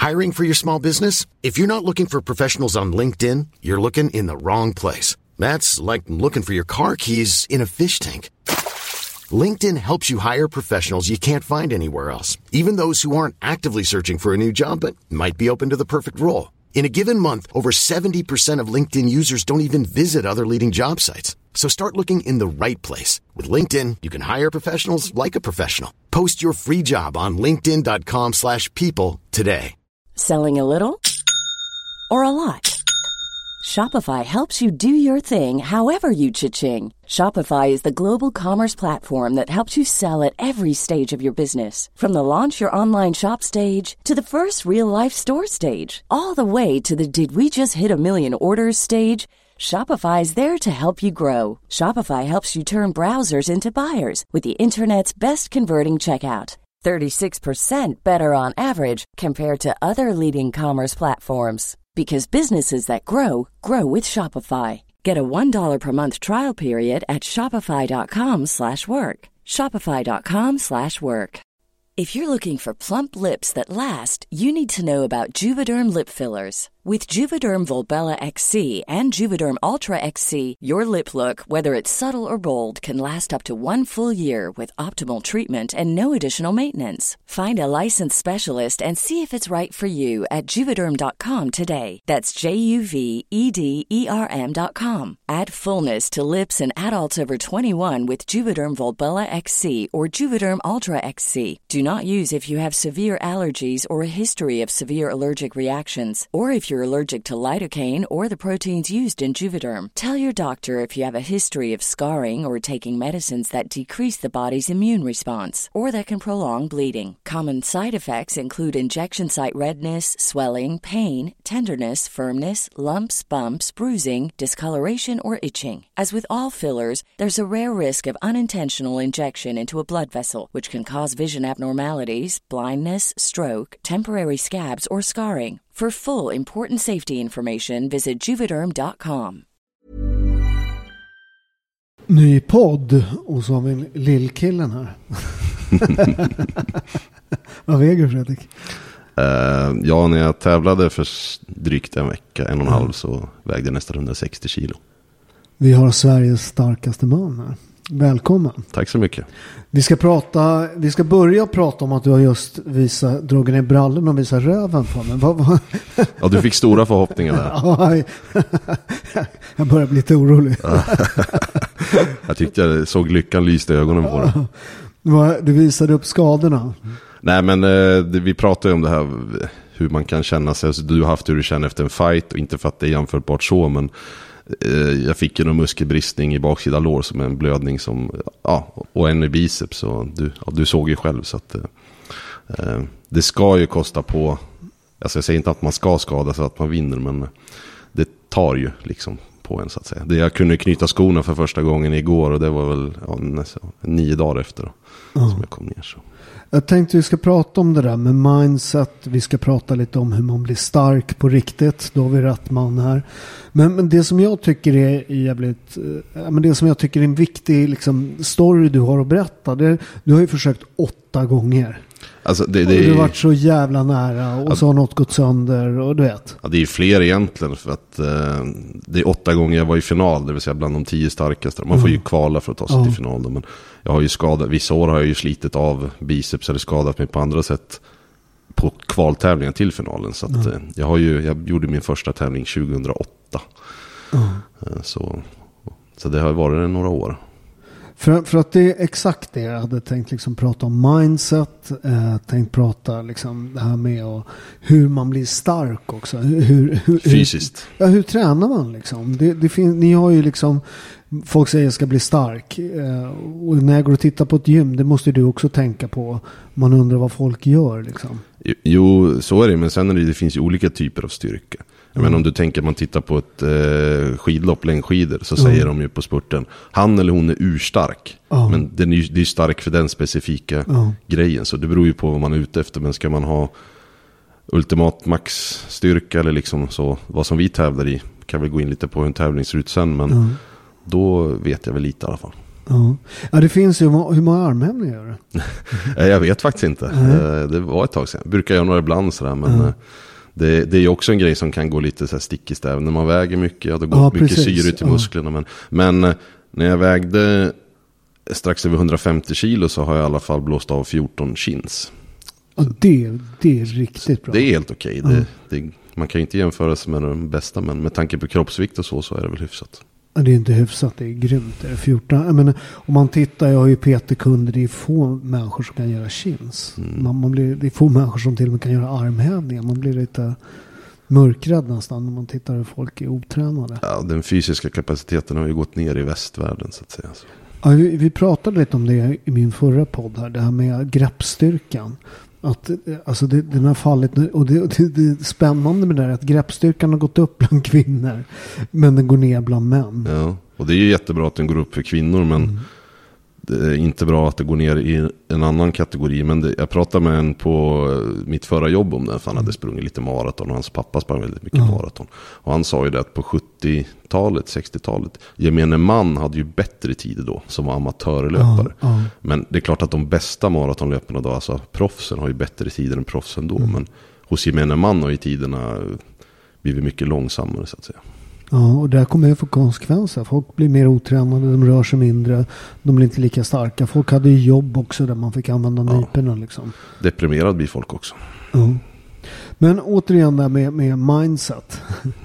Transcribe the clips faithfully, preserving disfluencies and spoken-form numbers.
Hiring for your small business? If you're not looking for professionals on LinkedIn, you're looking in the wrong place. That's like looking for your car keys in a fish tank. LinkedIn helps you hire professionals you can't find anywhere else, even those who aren't actively searching for a new job but might be open to the perfect role. In a given month, over seventy percent of LinkedIn users don't even visit other leading job sites. So start looking in the right place. With LinkedIn, you can hire professionals like a professional. Post your free job on linkedin dot com slash people today. Selling a little or a lot? Shopify helps you do your thing however you cha-ching. Shopify is the global commerce platform that helps you sell at every stage of your business. From the launch your online shop stage to the first real-life store stage, all the way to the did we just hit a million orders stage. Shopify is there to help you grow. Shopify helps you turn browsers into buyers with the internet's best converting checkout. thirty-six percent better on average compared to other leading commerce platforms. Because businesses that grow, grow with Shopify. Get a one dollar per month trial period at shopify.com slash work. Shopify.com slash work. If you're looking for plump lips that last, you need to know about Juvederm lip fillers. With Juvederm Volbella X C and Juvederm Ultra X C, your lip look, whether it's subtle or bold, can last up to one full year with optimal treatment and no additional maintenance. Find a licensed specialist and see if it's right for you at Juvederm dot com today. That's J U V E D E R M dot com. Add fullness to lips in adults over twenty-one with Juvederm Volbella X C or Juvederm Ultra X C. Do not use if you have severe allergies or a history of severe allergic reactions, or if you're allergic to lidocaine or the proteins used in Juvederm. Tell your doctor if you have a history of scarring or taking medicines that decrease the body's immune response or that can prolong bleeding. Common side effects include injection site redness, swelling, pain, tenderness, firmness, lumps, bumps, bruising, discoloration, or itching. As with all fillers, there's a rare risk of unintentional injection into a blood vessel, which can cause vision abnormalities, blindness, stroke, temporary scabs, or scarring. For full important safety information, visit Juvederm dot com. Ny podd, och så har vi lillkillen här. Vad väger Fredrik? Uh, ja, när jag tävlade för drygt en vecka, en och en halv, så vägde jag nästan hundrasextio kilo. Vi har Sveriges starkaste man här. Välkommen. Tack så mycket. Vi ska prata, vi ska börja prata om att du har just visat, dragit ner brallen och visat röven på mig. Vad, vad? Ja, du fick stora förhoppningar där. Ja, jag börjar bli lite orolig. Jag tyckte jag såg lyckan lysta i ögonen på dig. Du visade upp skadorna. Nej, men eh, vi pratade ju om det här, hur man kan känna sig. Alltså, du har haft hur du känner efter en fight, och inte för att det är jämförbart så, men jag fick ju någon muskelbristning i baksida lår som en blödning som, ja, och en i biceps, och du, ja, du såg ju själv, så att eh, det ska ju kosta på, alltså jag säger inte att man ska skada så att man vinner, men det tar ju liksom på en, så att säga. Det, jag kunde knyta skorna för första gången igår, och det var väl ja, nästan, nio dagar efter då, mm. som jag kom ner. Så jag tänkte vi ska prata om det där med mindset. Vi ska prata lite om hur man blir stark på riktigt. Då har vi rätt man här. Men, men det som jag tycker är jävligt, äh, men det som jag tycker är en viktig liksom, story du har att berätta. Det, du har ju försökt åtta gånger. Alltså det, det och är, du har varit så jävla nära, och att, så har något gått sönder, och du vet. Ja, det är fler egentligen, för att eh, det är åtta gånger jag var i final, det vill säga bland de tio starkaste. Man mm. får ju kvala för att ta sig mm. till final då, men jag har ju skadat, vissa år har jag ju slitit av biceps eller skadat mig på andra sätt på kvaltävlingar till finalen, så att mm. eh, jag har ju, jag gjorde min första tävling tjugohundraåtta. Mm. Eh, så, så det har varit några år. För, för att det är exakt det jag hade tänkt liksom prata om mindset, eh, tänkt prata liksom det här med och hur man blir stark också. Hur, hur, Fysiskt. Hur, ja, hur tränar man liksom? Det, det fin- ni har ju liksom, folk säger jag ska bli stark. Eh, och när jag går och tittar på ett gym, det måste du också tänka på. Man undrar vad folk gör liksom. Jo, så är det, men sen är det, det finns ju olika typer av styrka. Jag mm. menar, om du tänker man tittar på ett eh, skidlopp, längdskidor, så mm. säger de ju på spurten, han eller hon är urstark. Mm. Men den är, det är stark för den specifika mm. grejen. Så det beror ju på vad man är ute efter. Men ska man ha ultimat maxstyrka eller liksom så, vad som vi tävlar i, kan väl gå in lite på hur en tävling ser ut sen. Men mm. då vet jag väl lite i alla fall. Ja. Ja, det finns ju, hur många armhävningar gör det? Jag vet faktiskt inte. Mm. Det var ett tag sedan. Jag brukar göra några ibland sådär, men mm. det, det är ju också en grej som kan gå lite så här stick i stäv. När man väger mycket, ja, det går ja, mycket syre till musklerna. Men, men när jag vägde strax över hundrafemtio kilo så har jag i alla fall blåst av fjorton chins. Ja, det, det är riktigt bra. Det är helt okej. Okay. Mm. Det, det, man kan ju inte jämföra sig med de bästa, men med tanke på kroppsvikt och så, så är det väl hyfsat. Ja, det är inte hyfsat, det är grymt. Det är fjorton. Jag menar, om man tittar, jag har ju P T-kunder, det är få människor som kan göra chins. Mm. Man, man blir, det är få människor som till och med kan göra armhävningar. Man blir lite mörkrädd nästan när man tittar hur folk är otränade. Ja, den fysiska kapaciteten har ju gått ner i västvärlden så att säga. Ja, vi, vi pratade lite om det i min förra podd här, det här med greppstyrkan. Att, alltså det, den har fallit, och det, det, det är spännande med det där att greppstyrkan har gått upp bland kvinnor men den går ner bland män. Ja, och det är ju jättebra att den går upp för kvinnor, men mm. det är inte bra att det går ner i en annan kategori. Men det, jag pratade med en på mitt förra jobb om det, för han hade sprungit lite maraton och hans pappa sprang väldigt mycket mm. maraton. Och han sa ju det att på sjuttiotalet, sextiotalet, gemene man hade ju bättre tider då som var amatörlöpare. Mm. Mm. Men det är klart att de bästa maratonlöparna då, alltså proffsen, har ju bättre tider än proffsen då. Mm. Men hos gemene man har ju tiderna blivit mycket långsammare så att säga. Ja, och där kommer det få konsekvenser. Folk blir mer otränade, de rör sig mindre, de blir inte lika starka. Folk hade ju jobb också där man fick använda ja. nyporna liksom. Deprimerad blir folk också. Ja. Men återigen där med, med mindset.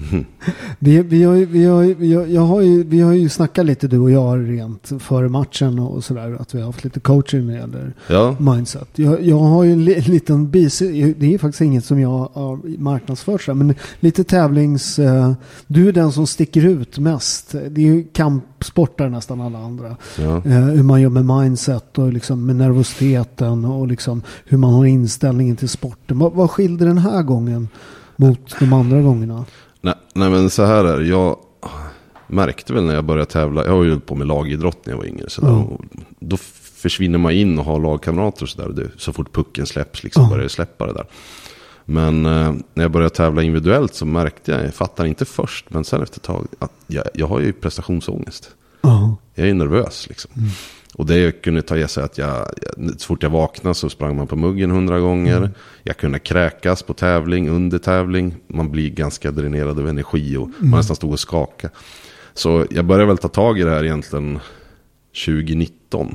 det, vi, har, vi, har, vi, har, jag har ju, vi har ju snackat lite du och jag rent före matchen och sådär, att vi har haft lite coaching när det gäller ja. mindset. Jag, jag har ju en li, liten bis, det är faktiskt inget som jag har marknadsfört sig, men lite tävlings, uh, du är den som sticker ut mest. Det är ju kampsportare nästan alla andra. Ja. Uh, hur man gör med mindset och liksom med nervositeten och liksom hur man har inställningen till sporten. Vad, vad skiljer den här gången mot de andra gångerna? Nej, nej men så här är det. Jag märkte väl när jag började tävla, jag har ju på med lagidrott när jag var yngre så mm. då försvinner man in och har lagkamrater och sådär, så fort pucken släpps liksom mm. börjar det släppa det där. Men eh, när jag började tävla individuellt så märkte jag, jag fattar inte först, men sen efter ett tag att jag, jag har ju prestationsångest. Mm. Jag är nervös liksom. Mm. Och det jag kunde ta i sig att jag, så fort jag vaknade så sprang man på muggen hundra gånger. Mm. Jag kunde kräkas på tävling, under tävling. Man blir ganska dränerad av energi och mm. man nästan stod och skaka. Så jag började väl ta tag i det här egentligen tjugonitton.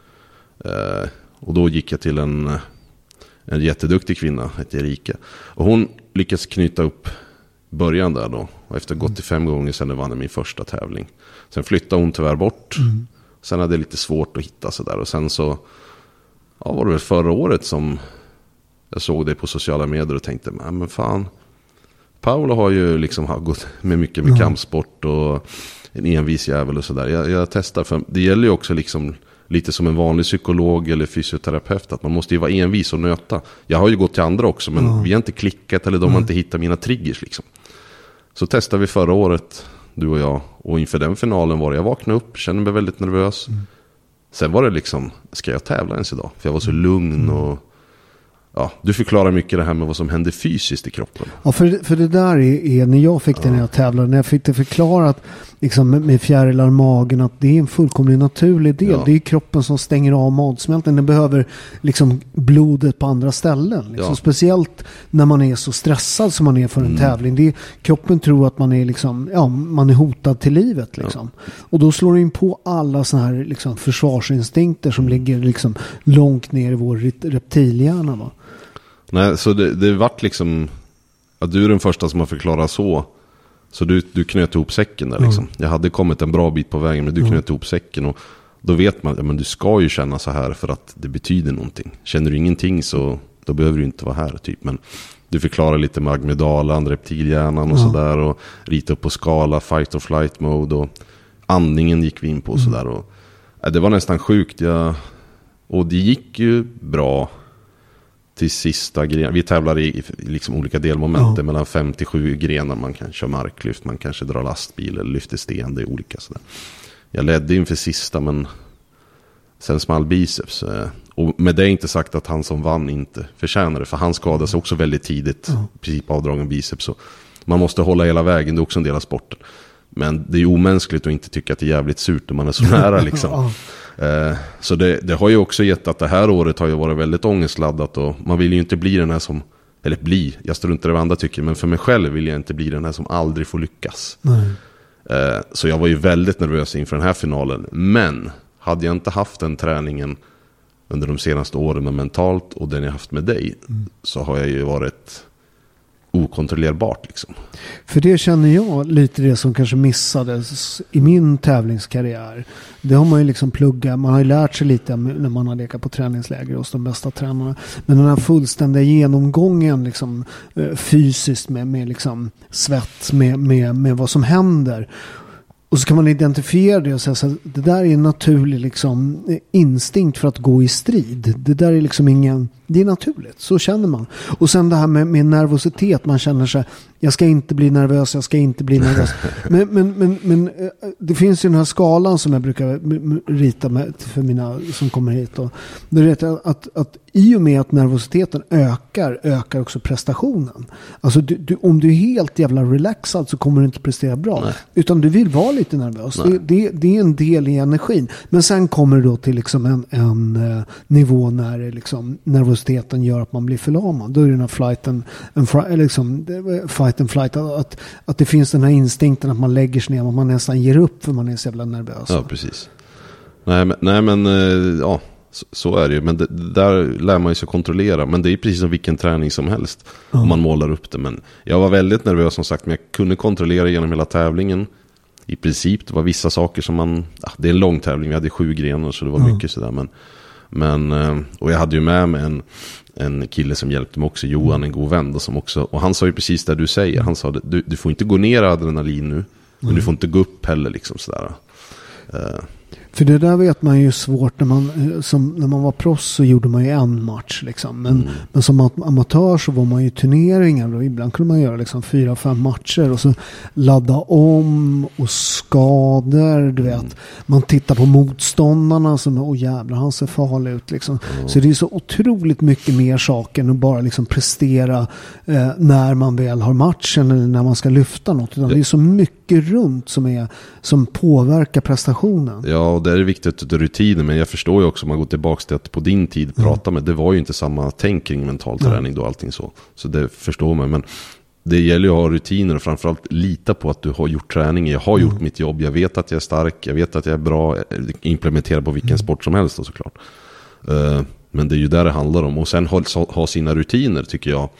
Eh, och då gick jag till en, en jätteduktig kvinna, hette Erika. Och hon lyckades knyta upp början där då. Och efter gått till fem gånger sedan vann jag min första tävling. Sen flyttade hon tyvärr bort. Mm. Sen hade det lite svårt att hitta så där. Och sen så ja, var det väl förra året som jag såg det på sociala medier och tänkte, men fan, Paolo har ju liksom har gått med mycket med mm. kampsport och en envis jävel och sådär. Jag, jag testar, för det gäller ju också liksom lite som en vanlig psykolog eller fysioterapeut, att man måste ju vara envis och nöta. Jag har ju gått till andra också, men mm. vi har inte klickat eller de mm. har inte hittat mina triggers liksom. Så testade vi förra året, du och jag, och inför den finalen var det, jag vaknade upp, kände mig väldigt nervös. Mm. Sen var det liksom, ska jag tävla ens idag? För jag var så lugn och ja, du förklarar mycket det här med vad som händer fysiskt i kroppen. Ja, för, för det där är, är när jag fick ja. det när jag tävlade, när jag fick det förklarat liksom, med, med fjärilar magen, att det är en fullkomligt naturlig del. Ja. Det är kroppen som stänger av matsmälten. Den behöver liksom blodet på andra ställen. Liksom. Ja. Speciellt när man är så stressad som man är för en mm. tävling. Det är, kroppen tror att man är, liksom, ja, man är hotad till livet. Liksom. Ja. Och då slår det in på alla såna här liksom, försvarsinstinkter som ligger liksom, långt ner i vår reptilhjärna, va? Nej, så det, det vart liksom att du är den första som har förklarat så. Så du, du knöt ihop säcken där liksom. Mm. Jag hade kommit en bra bit på vägen, men du knöt mm. ihop säcken. Och då vet man, ja men du ska ju känna så här för att det betyder någonting. Känner du ingenting så då behöver du inte vara här typ. Men du förklarar lite med amygdalan, reptilhjärnan och mm. sådär. Och rita upp på skala, fight or flight mode. Och andningen gick vi in på och mm. sådär. Och, ja, det var nästan sjukt. Jag, och det gick ju bra till sista grenar. Vi tävlar i, i liksom olika delmoment ja. mellan fem till sju grenar. Man kan köra marklyft, man kanske drar lastbil eller lyfter sten, det är olika sådär. Jag ledde inför sista, men sen small biceps. Och med det är inte sagt att han som vann inte förtjänar det, för han skadade sig också väldigt tidigt, ja. princip avdragen biceps. Så man måste hålla hela vägen, det är också en del av sporten. Men det är ju omänskligt att inte tycka att det är jävligt surt när man är så nära liksom. Ja. eh, så det, det har ju också gett att det här året har ju varit väldigt ångestladdat. Och man vill ju inte bli den här som, eller bli, jag står inte det vad andra tycker, men för mig själv vill jag inte bli den här som aldrig får lyckas. eh, Så jag var ju väldigt nervös inför den här finalen. Men hade jag inte haft den träningen under de senaste åren med mentalt och den jag haft med dig, mm. så har jag ju varit okontrollerbart liksom. För det känner jag lite det som kanske missades i min tävlingskarriär. Det har man ju liksom pluggat, man har ju lärt sig lite när man har lekat på träningsläger hos de bästa tränarna. Men den här fullständiga genomgången liksom, fysiskt med, med liksom svett, med, med, med vad som händer. Och så kan man identifiera det och säga att det där är en naturlig liksom, instinkt för att gå i strid. Det där är liksom ingen, det är naturligt, så känner man. Och sen det här med, med nervositet, man känner sig, jag ska inte bli nervös, jag ska inte bli nervös. Men, men, men, men det finns ju den här skalan som jag brukar rita med för mina som kommer hit. Och det är att, att, att i och med att nervositeten ökar, ökar också prestationen. Alltså du, du, om du är helt jävla relaxad så kommer du inte prestera bra. Nej. Utan du vill vara lite nervös. Det, det, det är en del i energin. Men sen kommer det då till liksom en, en uh, nivå när det liksom, nervositeten gör att man blir förlamad. Då är det den här flighten, en fr- liksom, fight and flight. Att, att det finns den här instinkten att man lägger sig ner, att man nästan ger upp för man är så jävla nervös. Ja, precis. Nej, men, nej, men uh, ja, så, så är det ju. Men det, där lär man ju sig kontrollera. Men det är precis som vilken träning som helst. Mm. Om man målar upp det. Men jag var väldigt nervös som sagt, men jag kunde kontrollera genom hela tävlingen. I princip, det var vissa saker som man, ja, det är en lång tävling, vi hade sju grenar så det var mm. mycket sådär, men, men och jag hade ju med mig en, en kille som hjälpte mig också, Johan, en god vän, som också, och han sa ju precis det du säger, han sa, du, du får inte gå ner adrenalin nu, men mm. du får inte gå upp heller liksom sådär. Uh, För det där vet man ju svårt när man, som, när man var proffs så gjorde man ju en match liksom. Men, mm. men som amatör så var man ju turneringar och ibland kunde man göra liksom fyra, fem matcher och så ladda om och skador, du vet. Mm. Man tittar på motståndarna som, åh jävlar, han ser farlig ut liksom. Mm. Så det är så otroligt mycket mer saker än att bara liksom prestera eh, när man väl har matchen eller när man ska lyfta något. Utan ja. Det är så mycket runt som, är, som påverkar prestationen. Ja, och det är viktigt att rutiner, men jag förstår ju också om man går tillbaka till att på din tid mm. prata med, det var ju inte samma tänk kring mental träning då, allting så. Så det förstår man, men det gäller ju att ha rutiner och framförallt lita på att du har gjort träning. Jag har mm. gjort mitt jobb, jag vet att jag är stark, jag vet att jag är bra, implementera på vilken mm. sport som helst då, såklart. Uh, men det är ju där det handlar om. Och sen ha, ha sina rutiner, tycker jag,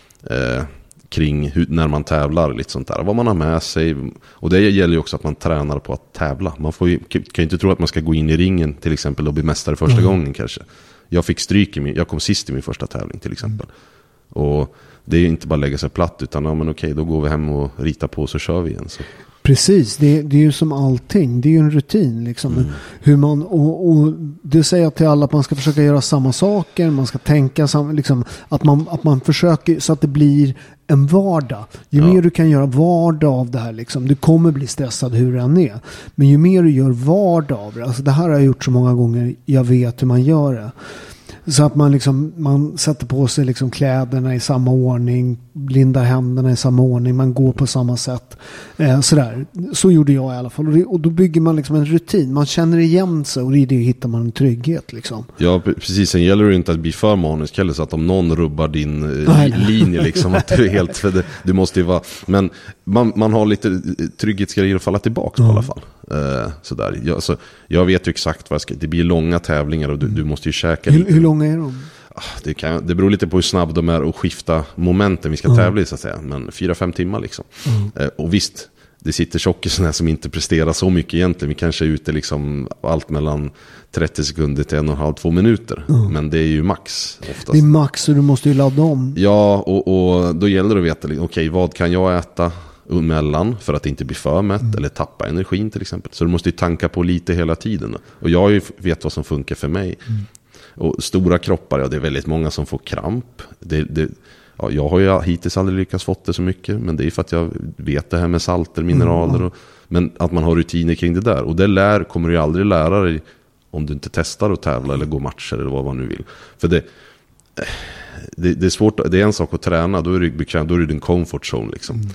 uh, kring hur, när man tävlar, lite sånt där, vad man har med sig. Och det gäller ju också att man tränar på att tävla. Man får ju, kan ju inte tro att man ska gå in i ringen till exempel och bli mästare första mm. gången kanske. Jag fick stryk i min, jag kom sist i min första tävling till exempel. Mm. Och det är inte bara lägga sig platt, utan ja, men okej, då går vi hem och ritar på så kör vi igen. Så. Precis, det, det är ju som allting. Det är ju en rutin liksom. Mm. Hur man, och, och det säger jag till alla att man ska försöka göra samma saker. Man ska tänka sam, liksom, att, man, att man försöker så att det blir en vardag. Ju ja. mer du kan göra vardag av det här liksom, du kommer bli stressad hur det än är. Men ju mer du gör vardag av det. Alltså det här har jag gjort så många gånger. Jag vet hur man gör det. Så att man liksom, man sätter på sig liksom kläderna i samma ordning, lindar händerna i samma ordning, man går på samma sätt. Eh, sådär. Så gjorde jag i alla fall. Och, det, och då bygger man liksom en rutin. Man känner igen sig och i det hittar man en trygghet liksom. Ja, precis. Sen gäller det inte att bli för manisk heller, så att om någon rubbar din eh, linje liksom, att du är helt, för det, du måste ju vara, men man, man har lite trygghetsgrejer att falla tillbaka mm. på i alla fall. Uh, sådär. Jag, alltså, jag vet ju exakt vad jag ska, det blir långa tävlingar och du, du måste ju käka hur, lite. Hur långa är de? Det, kan, det beror lite på hur snabb de är och skifta momenten vi ska mm. tävla i, så att säga. Men fyra, fem timmar liksom. Mm. Uh, och visst, det sitter tjockisarna som inte presterar så mycket egentligen. Vi kanske är ute liksom allt mellan trettio sekunder till en och en halv, två minuter. Mm. Men det är ju max oftast. Det är max och du måste ju ladda om. Ja, och, och då gäller det att veta, okej, okay, vad kan jag äta emellan för att inte bli för mätt mm. eller tappa energin till exempel. Så du måste ju tanka på lite hela tiden. Och jag vet vad som funkar för mig. Mm. Och stora kroppar, ja, det är väldigt många som får kramp. Det, det, ja, jag har ju hittills aldrig lyckats få det så mycket, men det är för att jag vet det här med salter, mineraler. Och, men att man har rutiner kring det där. Och det lär, kommer du ju aldrig lära dig om du inte testar att tävla eller gå matcher eller vad man nu vill. För det, det, det är svårt, det är en sak att träna, då är det bekvämt, då är det din comfort zone liksom. Mm.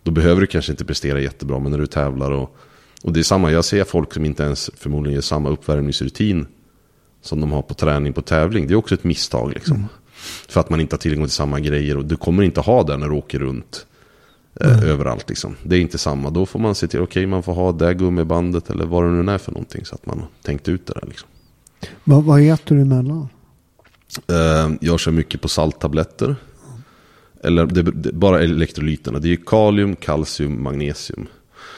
Då behöver du kanske inte prestera jättebra, men när du tävlar och, och det är samma, jag ser folk som inte ens förmodligen gör samma uppvärmningsrutin som de har på träning på tävling. Det är också ett misstag liksom. Mm. För att man inte har tillgång till samma grejer, och du kommer inte ha det när du åker runt eh, mm. överallt liksom. Det är inte samma. Då får man se till, okej okay, man får ha det gummibandet eller vad det nu är för någonting, så att man har tänkt ut det där liksom. Vad, vad äter du emellan? Eh, jag kör mycket på salttabletter. Mm. Eller det, det, bara elektrolyterna. Det är kalium, kalcium, magnesium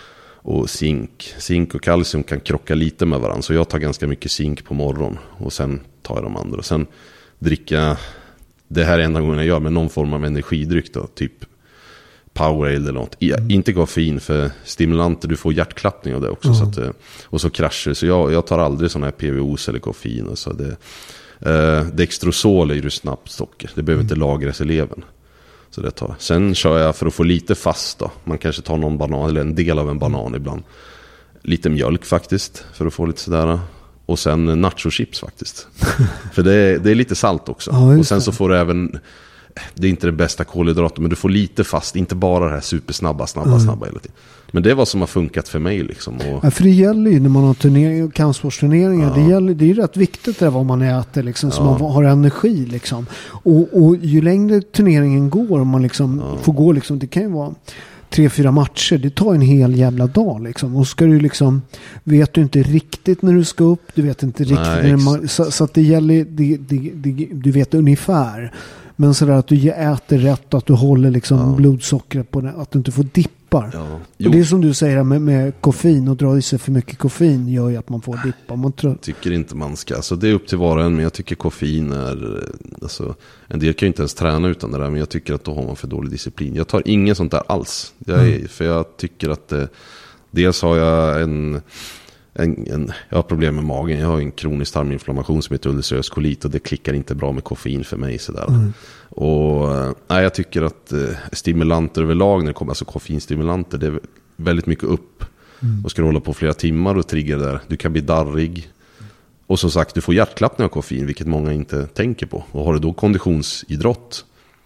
och zink. Zink och kalcium kan krocka lite med varandra, så jag tar ganska mycket zink på morgon och sen tar jag de andra. Och sen dricka, det här är enda gången jag gör, med någon form av energidryck då, typ Powerade eller något. Mm. Inte koffein, för stimulanter, du får hjärtklappning av det också. Mm. Så att, och så kraschar. Så jag, jag tar aldrig sådana här P V O's eller koffein. Och så det, eh, Dextrosol är ju snabbt socker. Det behöver mm. inte lagras i levern. Så det tar. Sen kör jag för att få lite fast då. Man kanske tar någon banan eller en del av en banan ibland. Lite mjölk faktiskt, för att få lite sådär. Och sen nachochips faktiskt. För det är, det är lite salt också. Ja, och sen så får du även, det är inte det bästa kolhydrater, men du får lite fast, inte bara det här supersnabba, snabba, mm. snabba hela tiden. Men det är vad som har funkat för mig liksom. Och... Ja, för det gäller ju när man har turnering, kampsportsturneringar, ja. det, gäller, det är ju rätt viktigt det vad man äter liksom, så ja. man har energi liksom. Och, och ju längre turneringen går, man liksom ja. får gå liksom, det kan ju vara tre, fyra matcher, det tar en hel jävla dag liksom. Och ska du liksom, vet du inte riktigt när du ska upp, du vet inte riktigt Nej, när man, så, så att det gäller, det, det, det, du vet ungefär. Men sådär att du äter rätt, att du håller liksom ja. blodsockret på det, att du inte får dippar. Ja. Och det är som du säger med, med koffein, och dra i sig för mycket koffein gör ju att man får dippar. Man tror... tycker inte man ska, alltså det är upp till var och en, men jag tycker koffein är, alltså, en del kan ju inte ens träna utan det där, men jag tycker att då har man för dålig disciplin. Jag tar ingen sånt där alls. Jag är, mm. För jag tycker att det, dels har jag en... En, en, jag har problem med magen. Jag har en kronisk tarminflammation som heter ulcerös kolit, och det klickar inte bra med koffein för mig sådär. Mm. Och nej, jag tycker att eh, stimulanter överlag, när det kommer alltså koffeinstimulanter, det är väldigt mycket upp. Mm. Och ska du hålla på flera timmar och trigga där, du kan bli darrig. Och som sagt, du får hjärtklappning av koffein, vilket många inte tänker på. Och har du då konditionsidrott,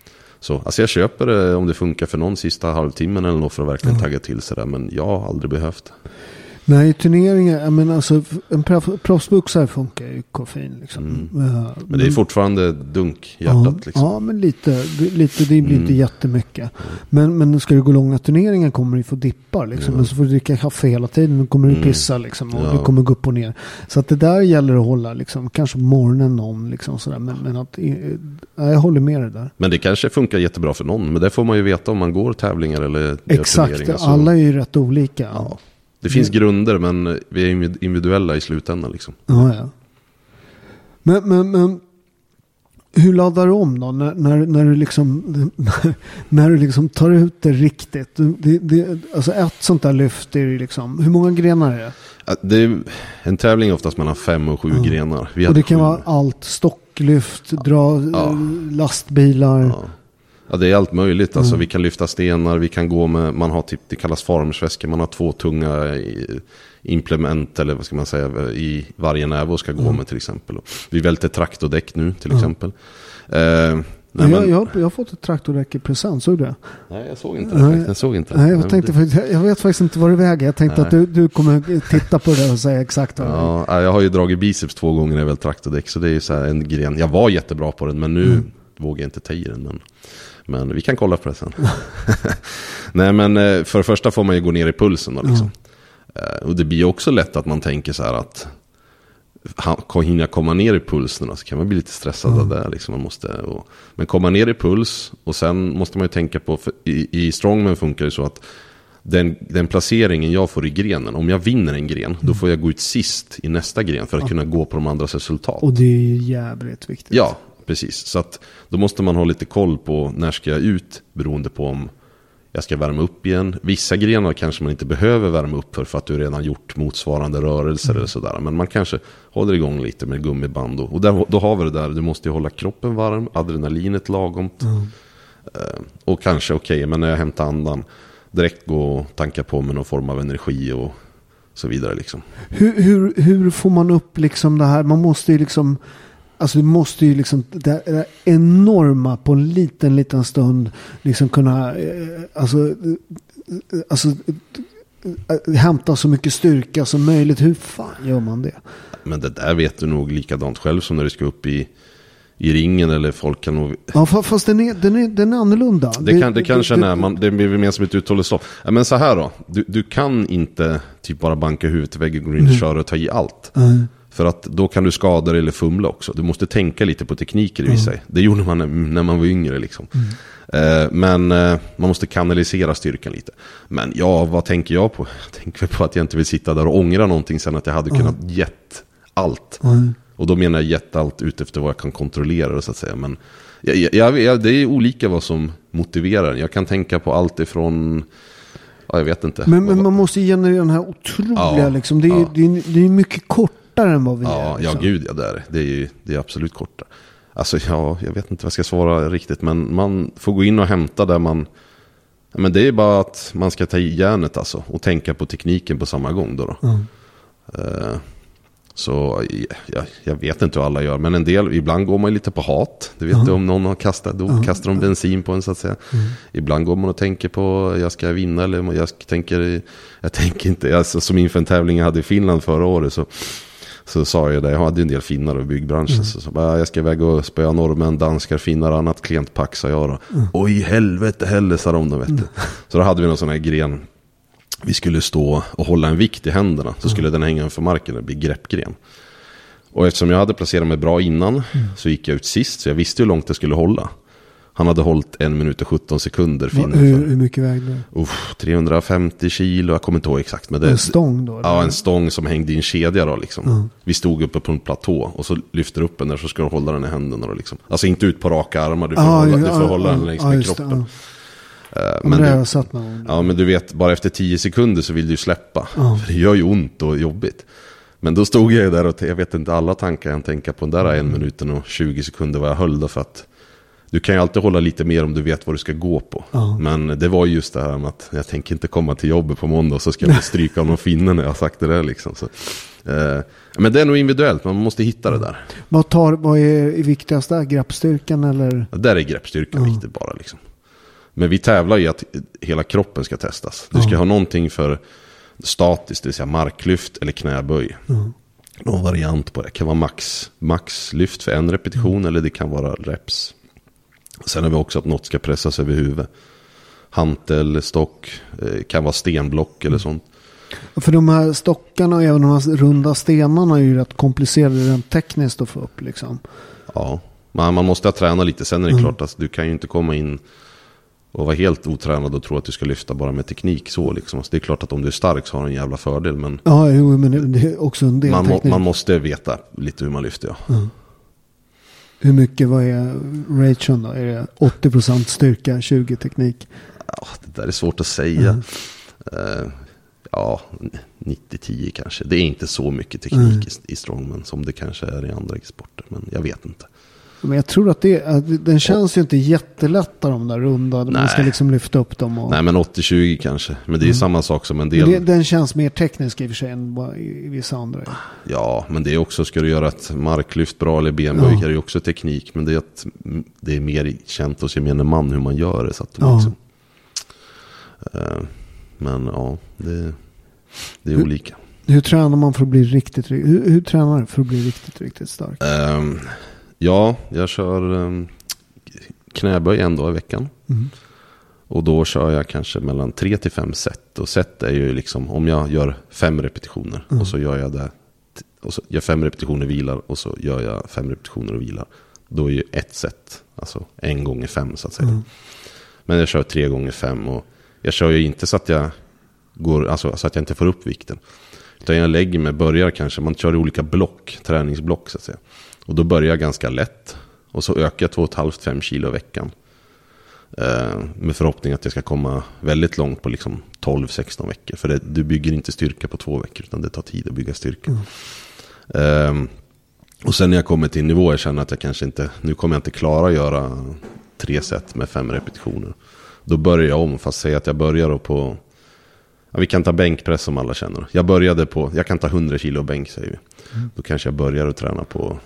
så alltså jag köper det om det funkar för någon sista halvtimmen eller något, för att verkligen mm. tagga till sådär, men jag har aldrig behövt. Nej, i turneringar, men alltså en proffsboxare funkar ju koffein liksom. Mm. Uh, men det är fortfarande dunk i hjärtat ja, liksom. Ja, men lite, lite det blir mm. inte jättemycket. Mm. Men, men ska du gå långa turneringar kommer du få dippar liksom. Ja. Men så får du dricka kaffe hela tiden, då kommer du mm. pissa liksom, och ja. du kommer gå upp och ner. Så att det där gäller att hålla liksom, kanske morgonen om liksom sådär. Men, men att, ja, jag håller med det där. Men det kanske funkar jättebra för någon, men det får man ju veta om man går tävlingar eller exakt, turneringar. Så... alla är ju rätt olika. Ja. Det finns mm. grunder, men vi är individuella i slutändan liksom. Ja, ja. Men, men, men hur laddar du om då? När, när, när du liksom när du liksom tar ut det riktigt. Det, det, alltså ett sånt där lyft är det liksom. Hur många grenar är det? Det är en tävling oftast mellan fem och sju ja. grenar. Vi och det kan sju. vara allt. Stocklyft, dra ja. lastbilar. Ja. Ja, det är allt möjligt. Alltså, mm. vi kan lyfta stenar, vi kan gå med, man har typ, det kallas farmersväskor, man har två tunga implement, eller vad ska man säga, i varje näve och ska mm. gå med till exempel. Vi välter traktordäck nu till mm. exempel. Eh, nej, jag, men... jag, har, jag har fått ett traktordäck i present, såg du det? Nej, jag såg inte det. Nej, jag, såg inte. Nej, jag, tänkte, det... jag vet faktiskt inte vad det väger. Jag tänkte nej. att du, du kommer titta på det och säga exakt vad det ja, är. Jag har ju dragit biceps två gånger när jag väl traktordäck, så det är så här en gren. Jag var jättebra på den, men nu mm. vågar jag inte ta i den, men... Men vi kan kolla på det sen. Nej, men för det första får man ju gå ner i pulsen då, liksom. Mm. Och det blir också lätt att man tänker så här att hinna komma ner i pulsen, så kan man bli lite stressad mm. av det liksom. Man måste, och, men komma ner i puls, och sen måste man ju tänka på, för i, i strongman funkar det så att den, den placeringen jag får i grenen, om jag vinner en gren, mm. då får jag gå ut sist i nästa gren för att ja. kunna gå på de andras resultat. Och det är ju jävligt viktigt. Ja, precis. Så att då måste man ha lite koll på när ska jag ut, beroende på om jag ska värma upp igen. Vissa grenar kanske man inte behöver värma upp för, för att du redan gjort motsvarande rörelser mm. eller sådär. Men man kanske håller igång lite med gummiband. Och där, då har vi det där, du måste ju hålla kroppen varm, adrenalinet lagomt. Mm. Uh, och kanske okej, okay, men när jag hämtar andan, direkt gå och tanka på med någon form av energi och så vidare liksom. Hur, hur, hur får man upp liksom det här? Man måste ju liksom... alltså du måste ju liksom det är enorma på en liten, liten stund liksom kunna eh, alltså, alltså eh, hämta så mycket styrka som möjligt. Hur fan gör man det? Men det där vet du nog likadant själv som när du ska upp i i ringen eller folk kan nog... Ja, fast den är, den är, den är annorlunda. Det, kan, det kanske det, är man, det blir mer som ett uthålligt. Ja, men så här då, du, du kan inte typ bara banka huvudet i väggen, gå in och mm. köra och ta i allt. Mm. För att då kan du skada dig eller fumla också. Du måste tänka lite på tekniker i mm. sig. Det gjorde man när, när man var yngre liksom. Mm. Eh, men eh, man måste kanalisera styrkan lite. Men ja, vad tänker jag på? Jag tänker på att jag inte vill sitta där och ångra någonting sen att jag hade mm. kunnat gett allt. Mm. Och då menar jag gett allt ut efter vad jag kan kontrollera så att säga. Men jag, jag, jag, det är olika vad som motiverar. Jag kan tänka på allt ifrån... Ja, jag vet inte. Men, men man måste generera den här otroliga... Ja, liksom. Det är, ja. det, är, det är mycket kortare än vad vi ja, är. Liksom. Ja, gud, ja, det är det. Är, det är absolut kortare. Alltså, ja, jag vet inte vad jag ska svara riktigt. Men man får gå in och hämta där man... Men det är bara att man ska ta i järnet alltså. Och tänka på tekniken på samma gång då. då. Mm. Uh, Så jag, jag vet inte hur alla gör. Men en del, ibland går man lite på hat. Du vet uh-huh. om någon har kastat, då uh-huh. kastar de bensin på en så att säga. Uh-huh. Ibland går man och tänker på jag ska vinna eller jag tänker, jag tänker inte. Alltså, som inför en tävling jag hade i Finland förra året så, så sa jag det. Jag hade en del finnar och byggbranschen. Uh-huh. Så, så bara, jag ska iväg och spöa norrmän, danskar, finnar, annat klientpack sa jag då. Uh-huh. Oj helvete heller sa de då vet du. Uh-huh. Så då hade vi någon sån här gren. Vi skulle stå och hålla en vikt i händerna. Så skulle mm. den hänga för marken och bli greppgren. Och eftersom jag hade placerat mig bra innan mm. så gick jag ut sist. Så jag visste hur långt det skulle hålla. Han hade hållit en minut och sjutton sekunder. Va, hur, hur mycket vägde det? Uff, trehundrafemtio kilo. Jag kommer inte ihåg exakt. Men det, en stång då? Eller? Ja, en stång som hängde i en kedja då liksom. Mm. Vi stod uppe på en platå. Och så lyfter upp den där så ska du hålla den i händerna då liksom. Alltså inte ut på raka armar. Du får ah, hålla, ja, du får ja, hålla ja, den längs ja, med just, kroppen. Ja. Men du, ja, men du vet, bara efter tio sekunder så vill du släppa. Oh. För det gör ju ont och jobbigt. Men då stod jag där och jag vet inte alla tankar jag tänka på den där en minuten och tjugo sekunder vad jag höll då. För att du kan ju alltid hålla lite mer om du vet vad du ska gå på. Oh. Men det var just det här med att jag tänker inte komma till jobbet på måndag så ska jag stryka av någon finne när jag har sagt det där liksom. Så, eh, men det är nog individuellt, man måste hitta det där. Vad, tar, vad är viktigast där? Greppstyrkan eller? Ja, där är greppstyrkan oh. viktigt bara liksom. Men vi tävlar i att hela kroppen ska testas. Du ska mm. ha någonting för statiskt, det vill säga marklyft eller knäböj. Mm. Någon variant på det. Det kan vara max, maxlyft för en repetition mm. eller det kan vara reps. Sen har vi också att något ska pressas över huvudet. Hantel, stock, kan vara stenblock eller sånt. För de här stockarna och även de här runda stenarna är ju rätt komplicerade rent tekniskt att få upp liksom. Ja, man, man måste ha tränat lite. Sen är det mm. klart att du kan ju inte komma in och vara helt otränad och tro att du ska lyfta bara med teknik så liksom. Alltså det är klart att om du är stark så har du en jävla fördel. Men, ja, jo, men det är också en del man, teknik. Man måste veta lite hur man lyfter, ja. Mm. Hur mycket, vad är ration då? Är det åttio procent styrka, tjugo teknik? Ja, det där är svårt att säga. Mm. Uh, ja, nittio tio kanske. Det är inte så mycket teknik mm. i, i strongman som det kanske är i andra sporter. Men jag vet inte. Men jag tror att det att den känns ju inte jättelätta de där runda. Man ska liksom lyfta upp dem. Och... Nej, men åttio tjugo kanske. Men det är ju mm. samma sak som en del. Det, den känns mer teknisk i och för sig än i, i vissa andra. Ja, men det är också, ska du göra ett marklyft bra eller benböj ja. är det också teknik. Men det är, att, det är mer känt hos gemene man hur man gör det. Så att de ja. liksom, uh, men ja, det, det är hur, olika. Hur tränar man för att bli riktigt, hur, hur tränar man för att bli riktigt, riktigt stark? Um, Ja, jag kör um, knäböj en dag i veckan. Mm. Och då kör jag kanske mellan tre till fem set. Och set är ju liksom, om jag gör fem repetitioner mm. och så gör jag det, och så gör fem repetitioner vilar och så gör jag fem repetitioner och vilar. Då är ju ett set, alltså en gånger fem så att säga. Mm. Men jag kör tre gånger fem och jag kör ju inte så att jag går, alltså så att jag inte får upp vikten. Utan jag lägger mig, börjar kanske, man kör i olika block, träningsblock så att säga. Och då börjar jag ganska lätt. Och så ökar jag två komma fem till fem kilo i veckan. Eh, med förhoppning att jag ska komma väldigt långt på liksom tolv till sexton veckor. För det, du bygger inte styrka på två veckor. Utan det tar tid att bygga styrka. Mm. Eh, och sen när jag kommer till en nivå jag känner att jag kanske inte... Nu kommer jag inte klara att göra tre set med fem repetitioner. Då börjar jag om. Fast säga att jag börjar på... Ja, vi kan ta bänkpress som alla känner. Jag började på... Jag kan ta hundra kilo bänk säger vi. Mm. Då kanske jag börjar att träna på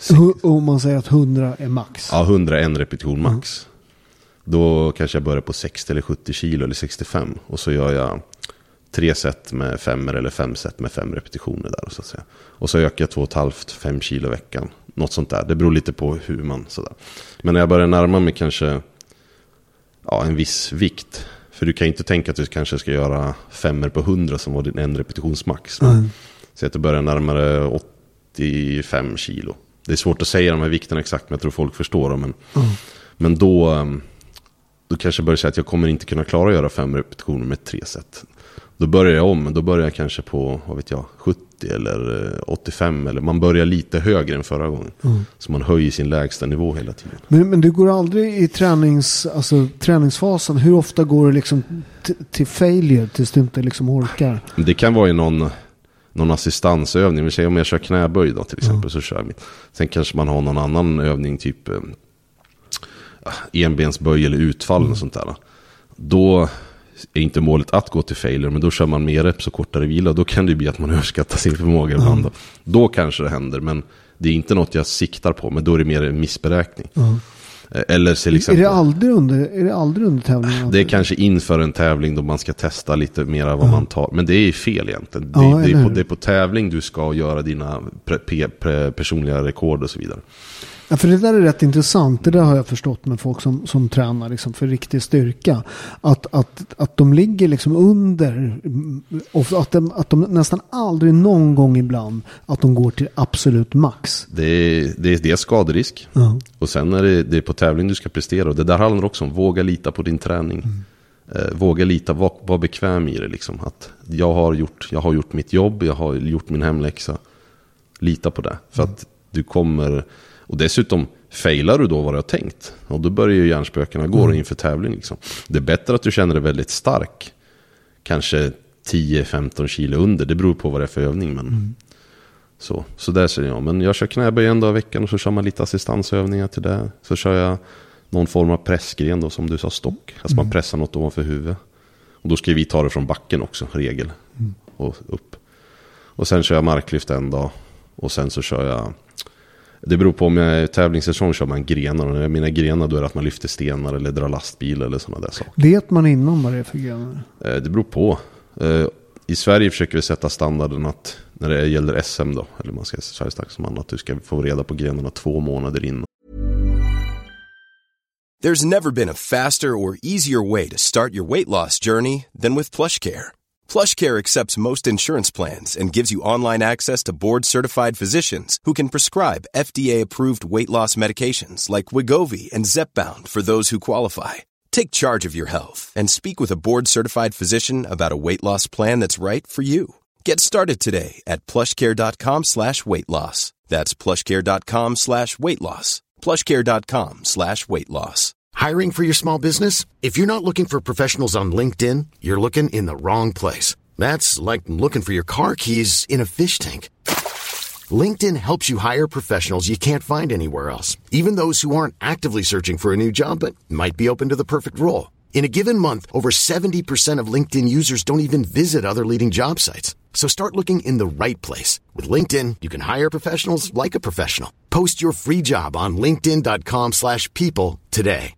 Om man säger att hundra är max. Ja, hundra är en repetition max. Mm. Då kanske jag börjar på sextio eller sjuttio kilo eller sextiofem. Och så gör jag tre set med femmer eller fem set med fem repetitioner där. Så att säga. Och så ökar jag två och ett halvt, fem kilo i veckan. Något sånt där. Det beror lite på hur man sådär. Men när jag börjar närma mig kanske ja, en viss vikt. För du kan inte tänka att du kanske ska göra femmer på hundra som var din en repetitionsmax. Mm. Så att du börjar närmare åttiofem kilo. Det är svårt att säga de här vikterna exakt, men jag tror folk förstår dem. Men, mm. men då, då kanske jag börjar säga att jag kommer inte kunna klara att göra fem repetitioner med tre set. Då börjar jag om, då börjar jag kanske på, vad vet jag, sjuttio eller åttiofem. Eller man börjar lite högre än förra gången. Mm. Så man höjer sin lägsta nivå hela tiden. Men, men du går aldrig i tränings, alltså, träningsfasen. Hur ofta går du liksom t- till failure tills du inte liksom orkar? Det kan vara i någon... någon assistansövning, vi säger om jag kör knäböj då till exempel, mm. så kör jag mitt. Sen kanske man har någon annan övning, typ äh, enbensböj eller utfall mm. och sånt där. Då är inte målet att gå till failure, men då kör man mer reps och kortare vila. Då kan det bli att man överskattar sin förmåga ibland. Mm. Då. då kanske det händer, men det är inte något jag siktar på, men då är det mer en missberäkning. Mm. Eller till exempel, är det aldrig under, är det aldrig under tävlingen? Det är kanske inför en tävling då man ska testa lite mer vad mm. man tar. Men det är fel egentligen. Ja, det, det, är på, det är på tävling du ska göra dina pre, pre, pre, personliga rekord och så vidare. Ja, för det där är rätt intressant. Det där har jag förstått med folk som, som tränar liksom för riktig styrka. Att, att, att de ligger liksom under, och att de, att de nästan aldrig någon gång ibland att de går till absolut max. Det är, det är, det är skaderisk. Uh-huh. Och sen är det, det är på tävling du ska prestera. Och det där handlar också om våga lita på din träning. Mm. Eh, våga lita, var, var bekväm i det liksom. Att jag har, gjort, jag har gjort mitt jobb, jag har gjort min hemläxa. Lita på det. För mm. att du kommer... Och dessutom failar du då vad du har tänkt. Och då börjar ju hjärnspökena gå mm. inför tävling. Liksom. Det är bättre att du känner dig väldigt stark. Kanske tio femton kilo under. Det beror på vad det är för övning. Men mm. så, så där ser jag. Men jag kör knäböj en dag i veckan. Och så kör man lite assistansövningar till det. Så kör jag någon form av pressgren då, som du sa, stock. Alltså mm. man pressar något ovanför huvudet. Och då ska vi ta det från backen också, regel. Mm. Och upp. Och sen kör jag marklyft en dag. Och sen så kör jag... Det beror på om jag är tävlingssäsong kör man grenar. Och när jag menar grenar då är det att man lyfter stenar eller drar lastbil eller sådana där saker. Vet man innan vad det är för grenar? Det beror på. I Sverige försöker vi sätta standarden att när det gäller S M då, eller man ska säga Sveriges starkaste, att du ska få reda på grenarna två månader innan. There's never been a faster or easier way to start your weight loss journey than with PlushCare. PlushCare accepts most insurance plans and gives you online access to board-certified physicians who can prescribe F D A-approved weight loss medications like Wegovy and Zepbound for those who qualify. Take charge of your health and speak with a board-certified physician about a weight loss plan that's right for you. Get started today at plushcare.com slash weight loss. That's plushcare.com slash weight loss. plushcare.com slash weight loss. Hiring for your small business? If you're not looking for professionals on LinkedIn, you're looking in the wrong place. That's like looking for your car keys in a fish tank. LinkedIn helps you hire professionals you can't find anywhere else, even those who aren't actively searching for a new job but might be open to the perfect role. In a given month, over seventy percent of LinkedIn users don't even visit other leading job sites. So start looking in the right place. With LinkedIn, you can hire professionals like a professional. Post your free job on linkedin.com slash people today.